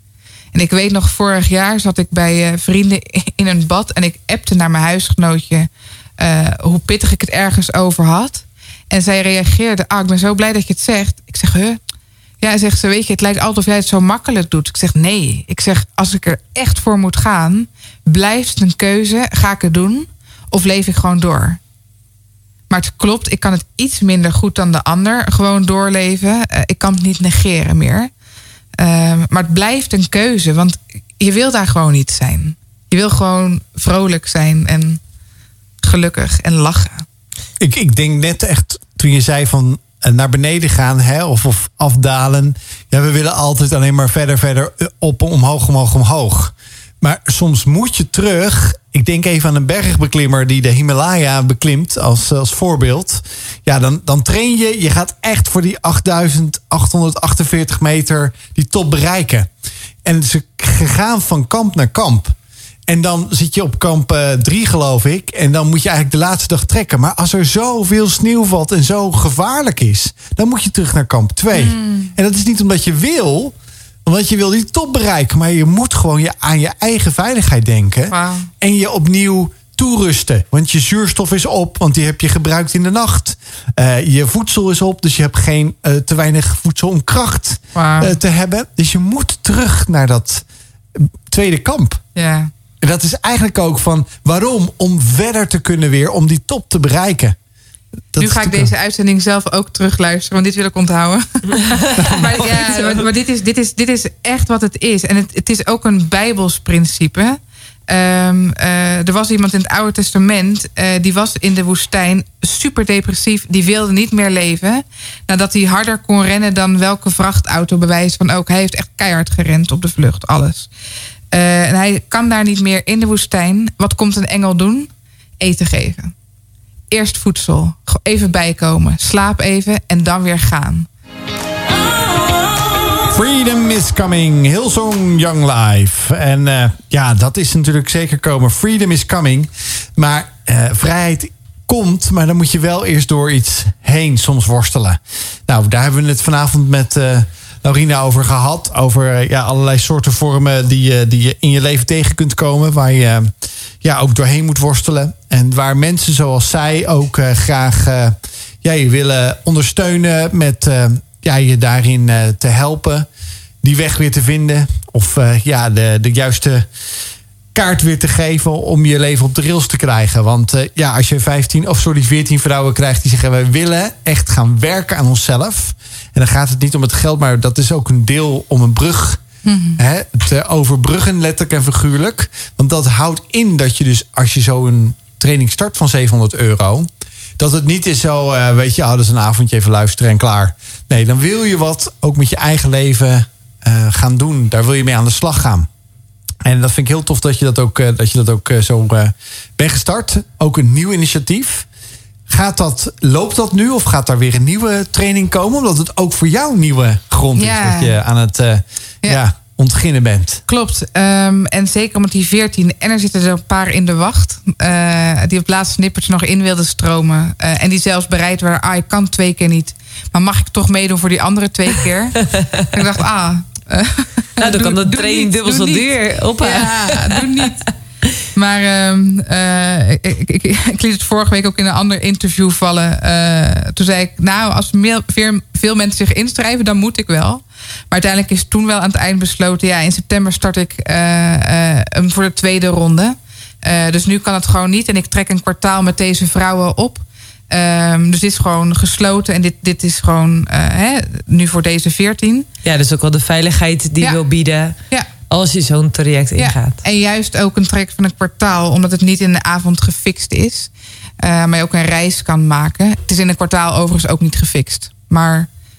En ik weet nog, vorig jaar zat ik bij uh, vrienden in een bad... en ik appte naar mijn huisgenootje uh, hoe pittig ik het ergens over had. En zij reageerde, ah, ik ben zo blij dat je het zegt. Ik zeg, huh? Ja, zegt ze, weet je, het lijkt altijd of jij het zo makkelijk doet. Ik zeg, nee. Ik zeg, als ik er echt voor moet gaan... blijft het een keuze, ga ik het doen... of leef ik gewoon door? Maar het klopt, ik kan het iets minder goed dan de ander. Gewoon doorleven. Uh, ik kan het niet negeren meer. Uh, maar het blijft een keuze, want je wil daar gewoon niet zijn. Je wil gewoon vrolijk zijn en gelukkig en lachen. Ik, ik denk net echt, toen je zei van naar beneden gaan, hè, of, of afdalen. Ja, we willen altijd alleen maar verder, verder op, omhoog, omhoog, omhoog. Maar soms moet je terug. Ik denk even aan een bergbeklimmer die de Himalaya beklimt als, als voorbeeld. Ja, dan, dan train je. Je gaat echt voor die achtduizend achthonderdachtenveertig meter die top bereiken. En ze gaan van kamp naar kamp. En dan zit je op kamp uh, drie, geloof ik. En dan moet je eigenlijk de laatste dag trekken. Maar als er zoveel sneeuw valt en zo gevaarlijk is... dan moet je terug naar kamp twee. Mm. En dat is niet omdat je wil... omdat je wil die top bereiken. Maar je moet gewoon je, aan je eigen veiligheid denken. Wow. En je opnieuw toerusten. Want je zuurstof is op, want die heb je gebruikt in de nacht. Uh, je voedsel is op, dus je hebt geen uh, te weinig voedsel om kracht wow. uh, te hebben. Dus je moet terug naar dat tweede kamp. Yeah. En dat is eigenlijk ook van, waarom? Om verder te kunnen weer, om die top te bereiken. Dat nu ga ik deze uitzending zelf ook terugluisteren, want dit wil ik onthouden. maar ja, maar, maar dit, is, dit, is, dit is echt wat het is. En het, het is ook een Bijbels principe. Um, uh, er was iemand in het Oude Testament, uh, die was in de woestijn super depressief. Die wilde niet meer leven. Nadat hij harder kon rennen dan welke vrachtauto bewijst van ook. Hij heeft echt keihard gerend op de vlucht, alles. Uh, en hij kan daar niet meer in de woestijn. Wat komt een engel doen? Eten geven. Eerst voedsel, even bijkomen, slaap even en dan weer gaan. Freedom is coming, Hillsong Young Life. En uh, ja, dat is natuurlijk zeker komen. Freedom is coming. Maar uh, vrijheid komt, maar dan moet je wel eerst door iets heen soms worstelen. Nou, daar hebben we het vanavond met uh, Laurina over gehad. Over uh, ja, allerlei soorten vormen die, uh, die je in je leven tegen kunt komen. Waar je uh, ja, ook doorheen moet worstelen. En waar mensen zoals zij ook uh, graag uh, ja, je willen ondersteunen met uh, ja, je daarin uh, te helpen. Die weg weer te vinden. Of uh, ja, de, de juiste kaart weer te geven om je leven op de rails te krijgen. Want uh, ja, als je vijftien of sorry, veertien vrouwen krijgt die zeggen, wij willen echt gaan werken aan onszelf. En dan gaat het niet om het geld, maar dat is ook een deel om een brug mm-hmm. hè, te overbruggen, letterlijk en figuurlijk. Want dat houdt in dat je dus, als je zo een training start van zevenhonderd euro... dat het niet is zo, uh, weet je, oh, dat is een avondje even luisteren en klaar. Nee, dan wil je wat ook met je eigen leven uh, gaan doen. Daar wil je mee aan de slag gaan. En dat vind ik heel tof dat je dat ook, uh, dat je dat ook uh, zo uh, bent gestart. Ook een nieuw initiatief. Gaat dat, loopt dat nu of gaat daar weer een nieuwe training komen? Omdat het ook voor jou een nieuwe grond ja. is dat je aan het uh, ja. Ja, ontginnen bent. Klopt. Um, en zeker omdat die veertien... en er zitten er een paar in de wacht... Uh, die op het laatste nippertje nog in wilden stromen. Uh, en die zelfs bereid waren... ah, ik kan twee keer niet. Maar mag ik toch meedoen voor die andere twee keer? Ik dacht, ah... Uh, nou, dan kan de training dubbel zo duur op. Ja, doe niet. Maar um, uh, ik, ik, ik, ik liet het vorige week ook in een ander interview vallen. Uh, toen zei ik, nou, als veel, veel mensen zich inschrijven, dan moet ik wel. Maar uiteindelijk is toen wel aan het eind besloten... ja, in september start ik uh, uh, hem voor de tweede ronde. Uh, dus nu kan het gewoon niet. En ik trek een kwartaal met deze vrouwen op. Um, dus dit is gewoon gesloten. En dit, dit is gewoon uh, hè, nu voor deze veertien. Ja, dus ook wel de veiligheid die ja. wil bieden... Ja. Als je zo'n traject ingaat. Ja, en juist ook een traject van een kwartaal... omdat het niet in de avond gefixt is. Uh, maar je ook een reis kan maken. Het is in een kwartaal overigens ook niet gefixt. Maar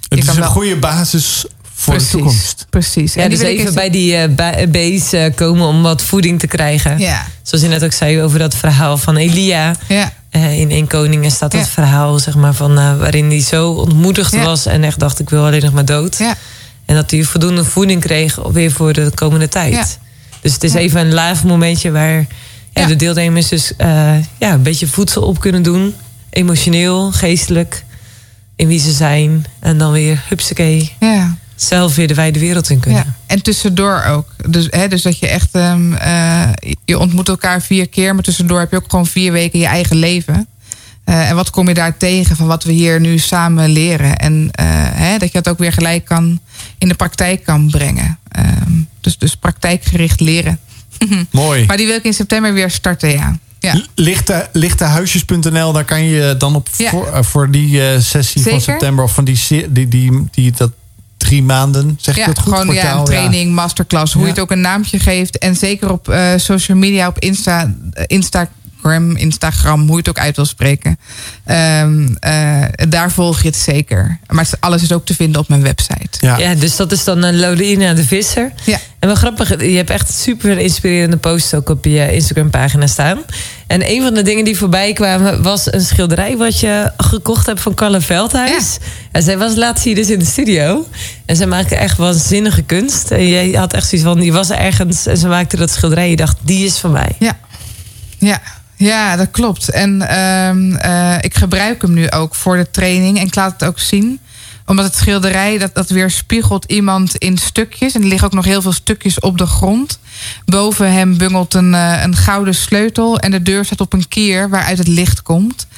Het is een wel... goede basis voor precies, de toekomst. Precies. Ja, en dus even bij die uh, base uh, komen om wat voeding te krijgen. Ja. Zoals je net ook zei over dat verhaal van Elia. Ja. Uh, in één Koningen staat dat ja. verhaal, zeg maar, van uh, waarin hij zo ontmoedigd ja. was en echt dacht, ik wil alleen nog maar dood. Ja. En dat hij voldoende voeding kreeg weer voor de komende tijd. Ja. Dus het is ja. even een live momentje waar ja, ja. de deelnemers dus uh, ja, een beetje voedsel op kunnen doen. Emotioneel, geestelijk, in wie ze zijn. En dan weer, hupsakee, ja. zelf weer de wijde wereld in kunnen. Ja. En tussendoor ook. Dus, hè, dus dat je echt, um, uh, je ontmoet elkaar vier keer, maar tussendoor heb je ook gewoon vier weken je eigen leven. Uh, en wat kom je daar tegen van wat we hier nu samen leren? En uh, hè, dat je dat ook weer gelijk kan in de praktijk kan brengen. Um, dus, dus praktijkgericht leren. Mooi. Maar die wil ik in september weer starten, ja. Ja. Lichte, lichtehuisjes punt n l, daar kan je dan op ja. voor, uh, voor die uh, sessie Zeker? van september of van die, die, die, die dat drie maanden, zeg ja, je dat goed? Gewoon ja, een training, ja. masterclass, hoe ja. je het ook een naamje geeft. En zeker op uh, social media, op Insta, Insta Instagram, hoe je het ook uit wil spreken. Um, uh, daar volg je het zeker. Maar alles is ook te vinden op mijn website. Ja, ja dus dat is dan uh, Lorena de Visser. Ja. En wel grappig, je hebt echt super inspirerende posts ook op je Instagram pagina staan. En een van de dingen die voorbij kwamen was een schilderij wat je gekocht hebt van Carla Veldhuis. Ja. En zij was laatst hier dus in de studio. En zij maakte echt waanzinnige kunst. En je had echt zoiets van, die was ergens en ze maakte dat schilderij. Je dacht, die is van mij. Ja, ja. Ja, dat klopt. En uh, uh, ik gebruik hem nu ook voor de training. En ik laat het ook zien. Omdat het schilderij, dat, dat weerspiegelt iemand in stukjes. En er liggen ook nog heel veel stukjes op de grond. Boven hem bungelt een, uh, een gouden sleutel. En de deur staat op een kier waaruit het licht komt.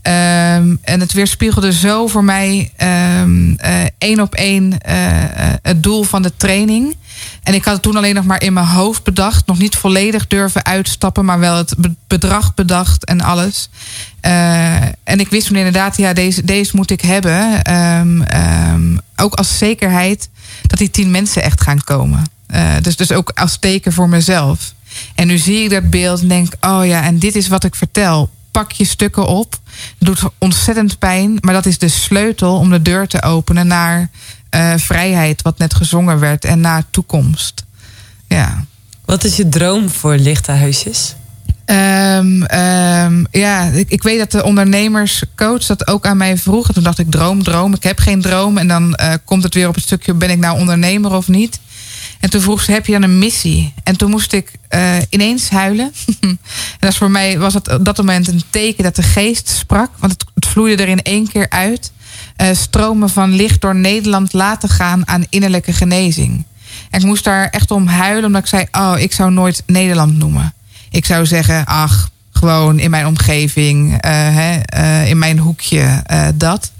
Um, en het weerspiegelde zo voor mij um, uh, één op één uh, uh, het doel van de training. En ik had het toen alleen nog maar in mijn hoofd bedacht. Nog niet volledig durven uitstappen, maar wel het bedrag bedacht en alles. Uh, en ik wist toen inderdaad, ja, deze, deze moet ik hebben. Um, um, ook als zekerheid dat die tien mensen echt gaan komen. Uh, dus, dus ook als teken voor mezelf. En nu zie ik dat beeld en denk, oh ja, en dit is wat ik vertel. Pak je stukken op. Het doet ontzettend pijn, maar dat is de sleutel om de deur te openen naar uh, vrijheid, wat net gezongen werd, en naar toekomst. Ja. Wat is je droom voor lichte huisjes? Um, um, ja, ik, ik weet dat de ondernemerscoach dat ook aan mij vroeg. En toen dacht ik, droom, droom. Ik heb geen droom. En dan uh, komt het weer op het stukje, ben ik nou ondernemer of niet? En toen vroeg ze, heb je dan een missie? En toen moest ik uh, ineens huilen. En dat is voor mij was het op dat moment een teken dat de geest sprak. Want het, het vloeide er in één keer uit. Uh, stromen van licht door Nederland laten gaan aan innerlijke genezing. En ik moest daar echt om huilen, omdat ik zei, oh, ik zou nooit Nederland noemen. Ik zou zeggen, ach, gewoon in mijn omgeving, uh, hè, uh, in mijn hoekje, uh, dat.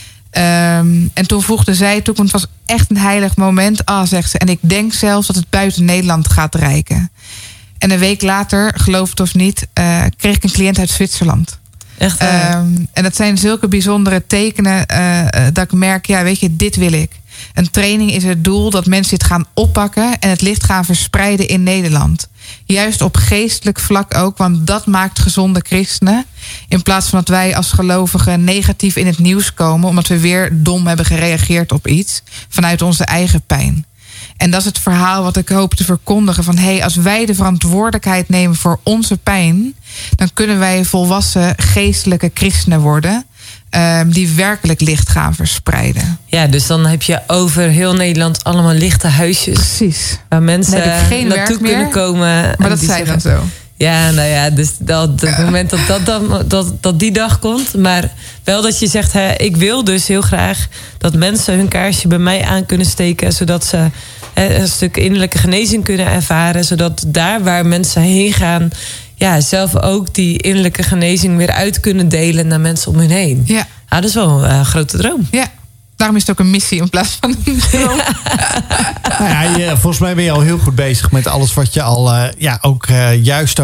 Um, en toen voegde zij toe, want het was echt een heilig moment. Ah, zegt ze, en ik denk zelfs dat het buiten Nederland gaat reiken. En een week later, geloof het of niet, uh, kreeg ik een cliënt uit Zwitserland. Echt waar? Um, en dat zijn zulke bijzondere tekenen uh, dat ik merk, ja, weet je, dit wil ik. Een training is het doel dat mensen dit gaan oppakken en het licht gaan verspreiden in Nederland. Juist op geestelijk vlak ook, want dat maakt gezonde christenen. In plaats van dat wij als gelovigen negatief in het nieuws komen, omdat we weer dom hebben gereageerd op iets vanuit onze eigen pijn. En dat is het verhaal wat ik hoop te verkondigen. Van hé, hey, als wij de verantwoordelijkheid nemen voor onze pijn, dan kunnen wij volwassen geestelijke christenen worden. Um, die werkelijk licht gaan verspreiden. Ja, dus dan heb je over heel Nederland allemaal lichte huisjes. Precies. Waar mensen naartoe kunnen komen. Maar dat zijn dan zo. Ja, nou ja, dus dat, op het moment dat, dat, dat, dat, dat die dag komt. Maar wel dat je zegt, hè, ik wil dus heel graag dat mensen hun kaarsje bij mij aan kunnen steken. Zodat ze hè, een stuk innerlijke genezing kunnen ervaren. Zodat daar waar mensen heen gaan, ja, zelf ook die innerlijke genezing weer uit kunnen delen naar mensen om hun heen. Ja. Ah, dat is wel een uh, grote droom. Ja. Daarom is het ook een missie in plaats van een droom. Ja. Nou ja, je, volgens mij ben je al heel goed bezig met alles wat je al, uh, ja, ook uh, juist ook op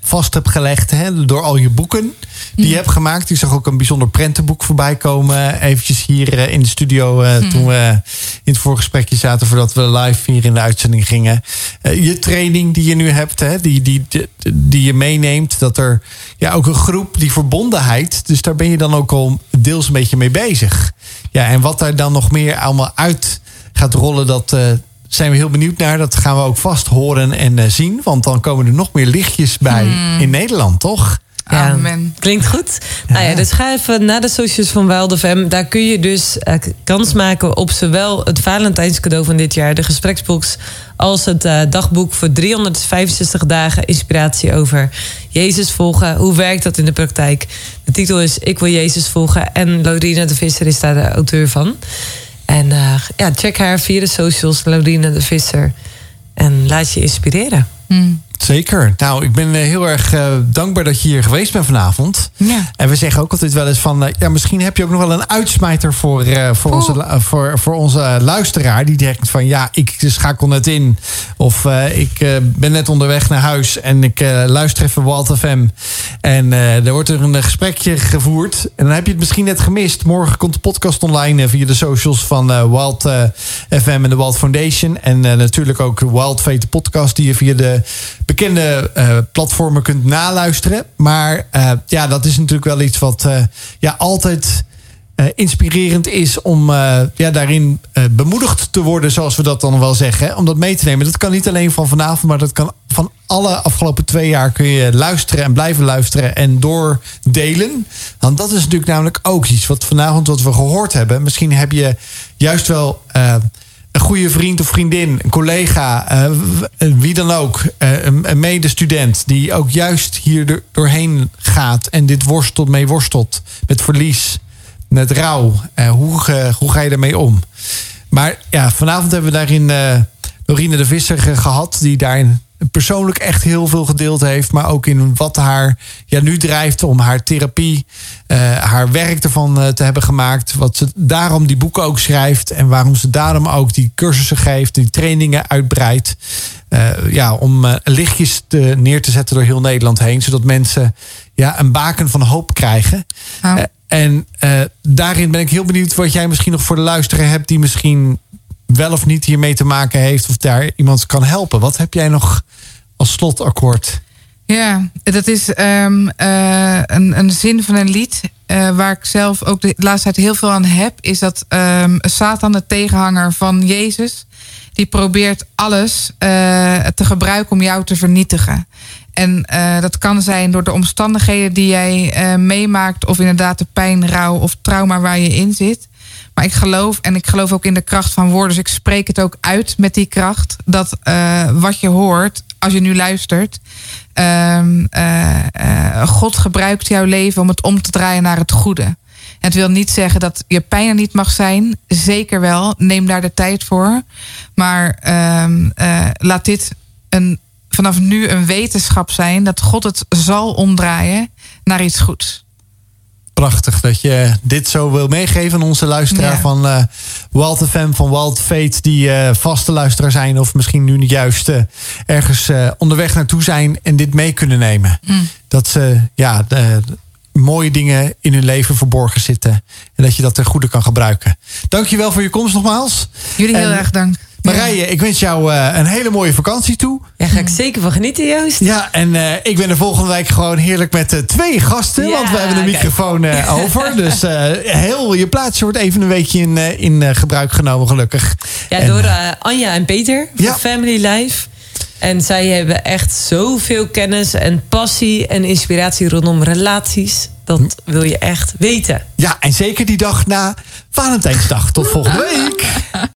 vast hebt gelegd, hè, door al je boeken die je hebt gemaakt. Ik zag ook een bijzonder prentenboek voorbij komen. Eventjes hier uh, in de studio uh, hmm. toen we in het voorgesprekje zaten voordat we live hier in de uitzending gingen. Uh, je training die je nu hebt, hè, die, die, die, die je meeneemt. Dat er ja, ook een groep, die verbondenheid. Dus daar ben je dan ook al deels een beetje mee bezig. Ja, en wat daar dan nog meer allemaal uit gaat rollen, dat uh, zijn we heel benieuwd naar. Dat gaan we ook vast horen en uh, zien. Want dan komen er nog meer lichtjes bij hmm. in Nederland, toch? Ja, Amen. Klinkt goed. Ja. Nou ja, dus ga even naar de socials van Wild F M. Daar kun je dus uh, kans maken op zowel het Valentijnscadeau van dit jaar, de gespreksbox, als het uh, dagboek voor driehonderdvijfenzestig dagen inspiratie over Jezus volgen. Hoe werkt dat in de praktijk? De titel is Ik wil Jezus volgen. En Lorena de Visser is daar de auteur van. En uh, ja, check haar via de socials, Lorena de Visser. En laat je inspireren. Mm. Zeker. Nou, ik ben heel erg uh, dankbaar dat je hier geweest bent vanavond. Ja. En we zeggen ook altijd wel eens van, Uh, ja, misschien heb je ook nog wel een uitsmijter voor, uh, voor, onze, uh, voor, voor onze luisteraar. Die denkt van, ja, ik schakel net in. Of uh, ik uh, ben net onderweg naar huis en ik uh, luister even Wild F M. En uh, er wordt er een gesprekje gevoerd. En dan heb je het misschien net gemist. Morgen komt de podcast online uh, via de socials van uh, Wild uh, F M en de Wild Foundation. En uh, natuurlijk ook Wild Fate, de podcast die je via de bekende uh, platformen kunt naluisteren. Maar uh, ja, dat is natuurlijk wel iets wat uh, ja, altijd uh, inspirerend is om uh, ja, daarin uh, bemoedigd te worden, zoals we dat dan wel zeggen. Hè? Om dat mee te nemen. Dat kan niet alleen van vanavond, maar dat kan van alle afgelopen twee jaar kun je luisteren en blijven luisteren en doordelen. Want dat is natuurlijk namelijk ook iets wat vanavond wat we gehoord hebben. Misschien heb je juist wel Uh, een goede vriend of vriendin, een collega, uh, wie dan ook, uh, een, een medestudent die ook juist hier doorheen gaat en dit worstelt, mee worstelt met verlies, met rouw. Uh, hoe, uh, hoe ga je daarmee om? Maar ja, vanavond hebben we daarin uh, Lorena de Visser gehad, die daarin persoonlijk echt heel veel gedeeld heeft, maar ook in wat haar ja, nu drijft om haar therapie, uh, haar werk ervan uh, te hebben gemaakt. Wat ze daarom die boeken ook schrijft en waarom ze daarom ook die cursussen geeft, die trainingen uitbreidt. Uh, ja, om uh, lichtjes te, neer te zetten door heel Nederland heen, zodat mensen ja, een baken van hoop krijgen. Oh. Uh, en uh, daarin ben ik heel benieuwd wat jij misschien nog voor de luisteraar hebt die misschien wel of niet hiermee te maken heeft, of daar iemand kan helpen. Wat heb jij nog als slotakkoord? Ja, dat is um, uh, een, een zin van een lied uh, waar ik zelf ook de laatste tijd heel veel aan heb, is dat um, Satan, de tegenhanger van Jezus, die probeert alles uh, te gebruiken om jou te vernietigen. En uh, dat kan zijn door de omstandigheden die jij uh, meemaakt, of inderdaad de pijn, rouw of trauma waar je in zit. Maar ik geloof, en ik geloof ook in de kracht van woorden, dus ik spreek het ook uit met die kracht, dat uh, wat je hoort, als je nu luistert, uh, uh, uh, God gebruikt jouw leven om het om te draaien naar het goede. En het wil niet zeggen dat je pijn er niet mag zijn, zeker wel, neem daar de tijd voor. Maar uh, uh, laat dit een, vanaf nu een wetenschap zijn dat God het zal omdraaien naar iets goeds. Prachtig dat je dit zo wil meegeven aan onze luisteraar ja. van uh, Wild F M, van Wild Fate, die uh, vaste luisteraar zijn of misschien nu niet juist uh, ergens uh, onderweg naartoe zijn en dit mee kunnen nemen. Mm. Dat ze ja, de, de mooie dingen in hun leven verborgen zitten en dat je dat ten goede kan gebruiken. Dankjewel voor je komst nogmaals. Jullie heel en, erg dank. Marije, ik wens jou uh, een hele mooie vakantie toe. Ja, ga ik zeker van genieten, Joost. Ja, en uh, ik ben er volgende week gewoon heerlijk met uh, twee gasten. Ja, want we hebben de microfoon uh, over. Dus uh, heel je plaatsje wordt even een weekje in, uh, in uh, gebruik genomen, gelukkig. Ja, en, door uh, Anja en Peter van ja. Family Life. En zij hebben echt zoveel kennis en passie en inspiratie rondom relaties. Dat wil je echt weten. Ja, en zeker die dag na Valentijnsdag. Tot volgende week.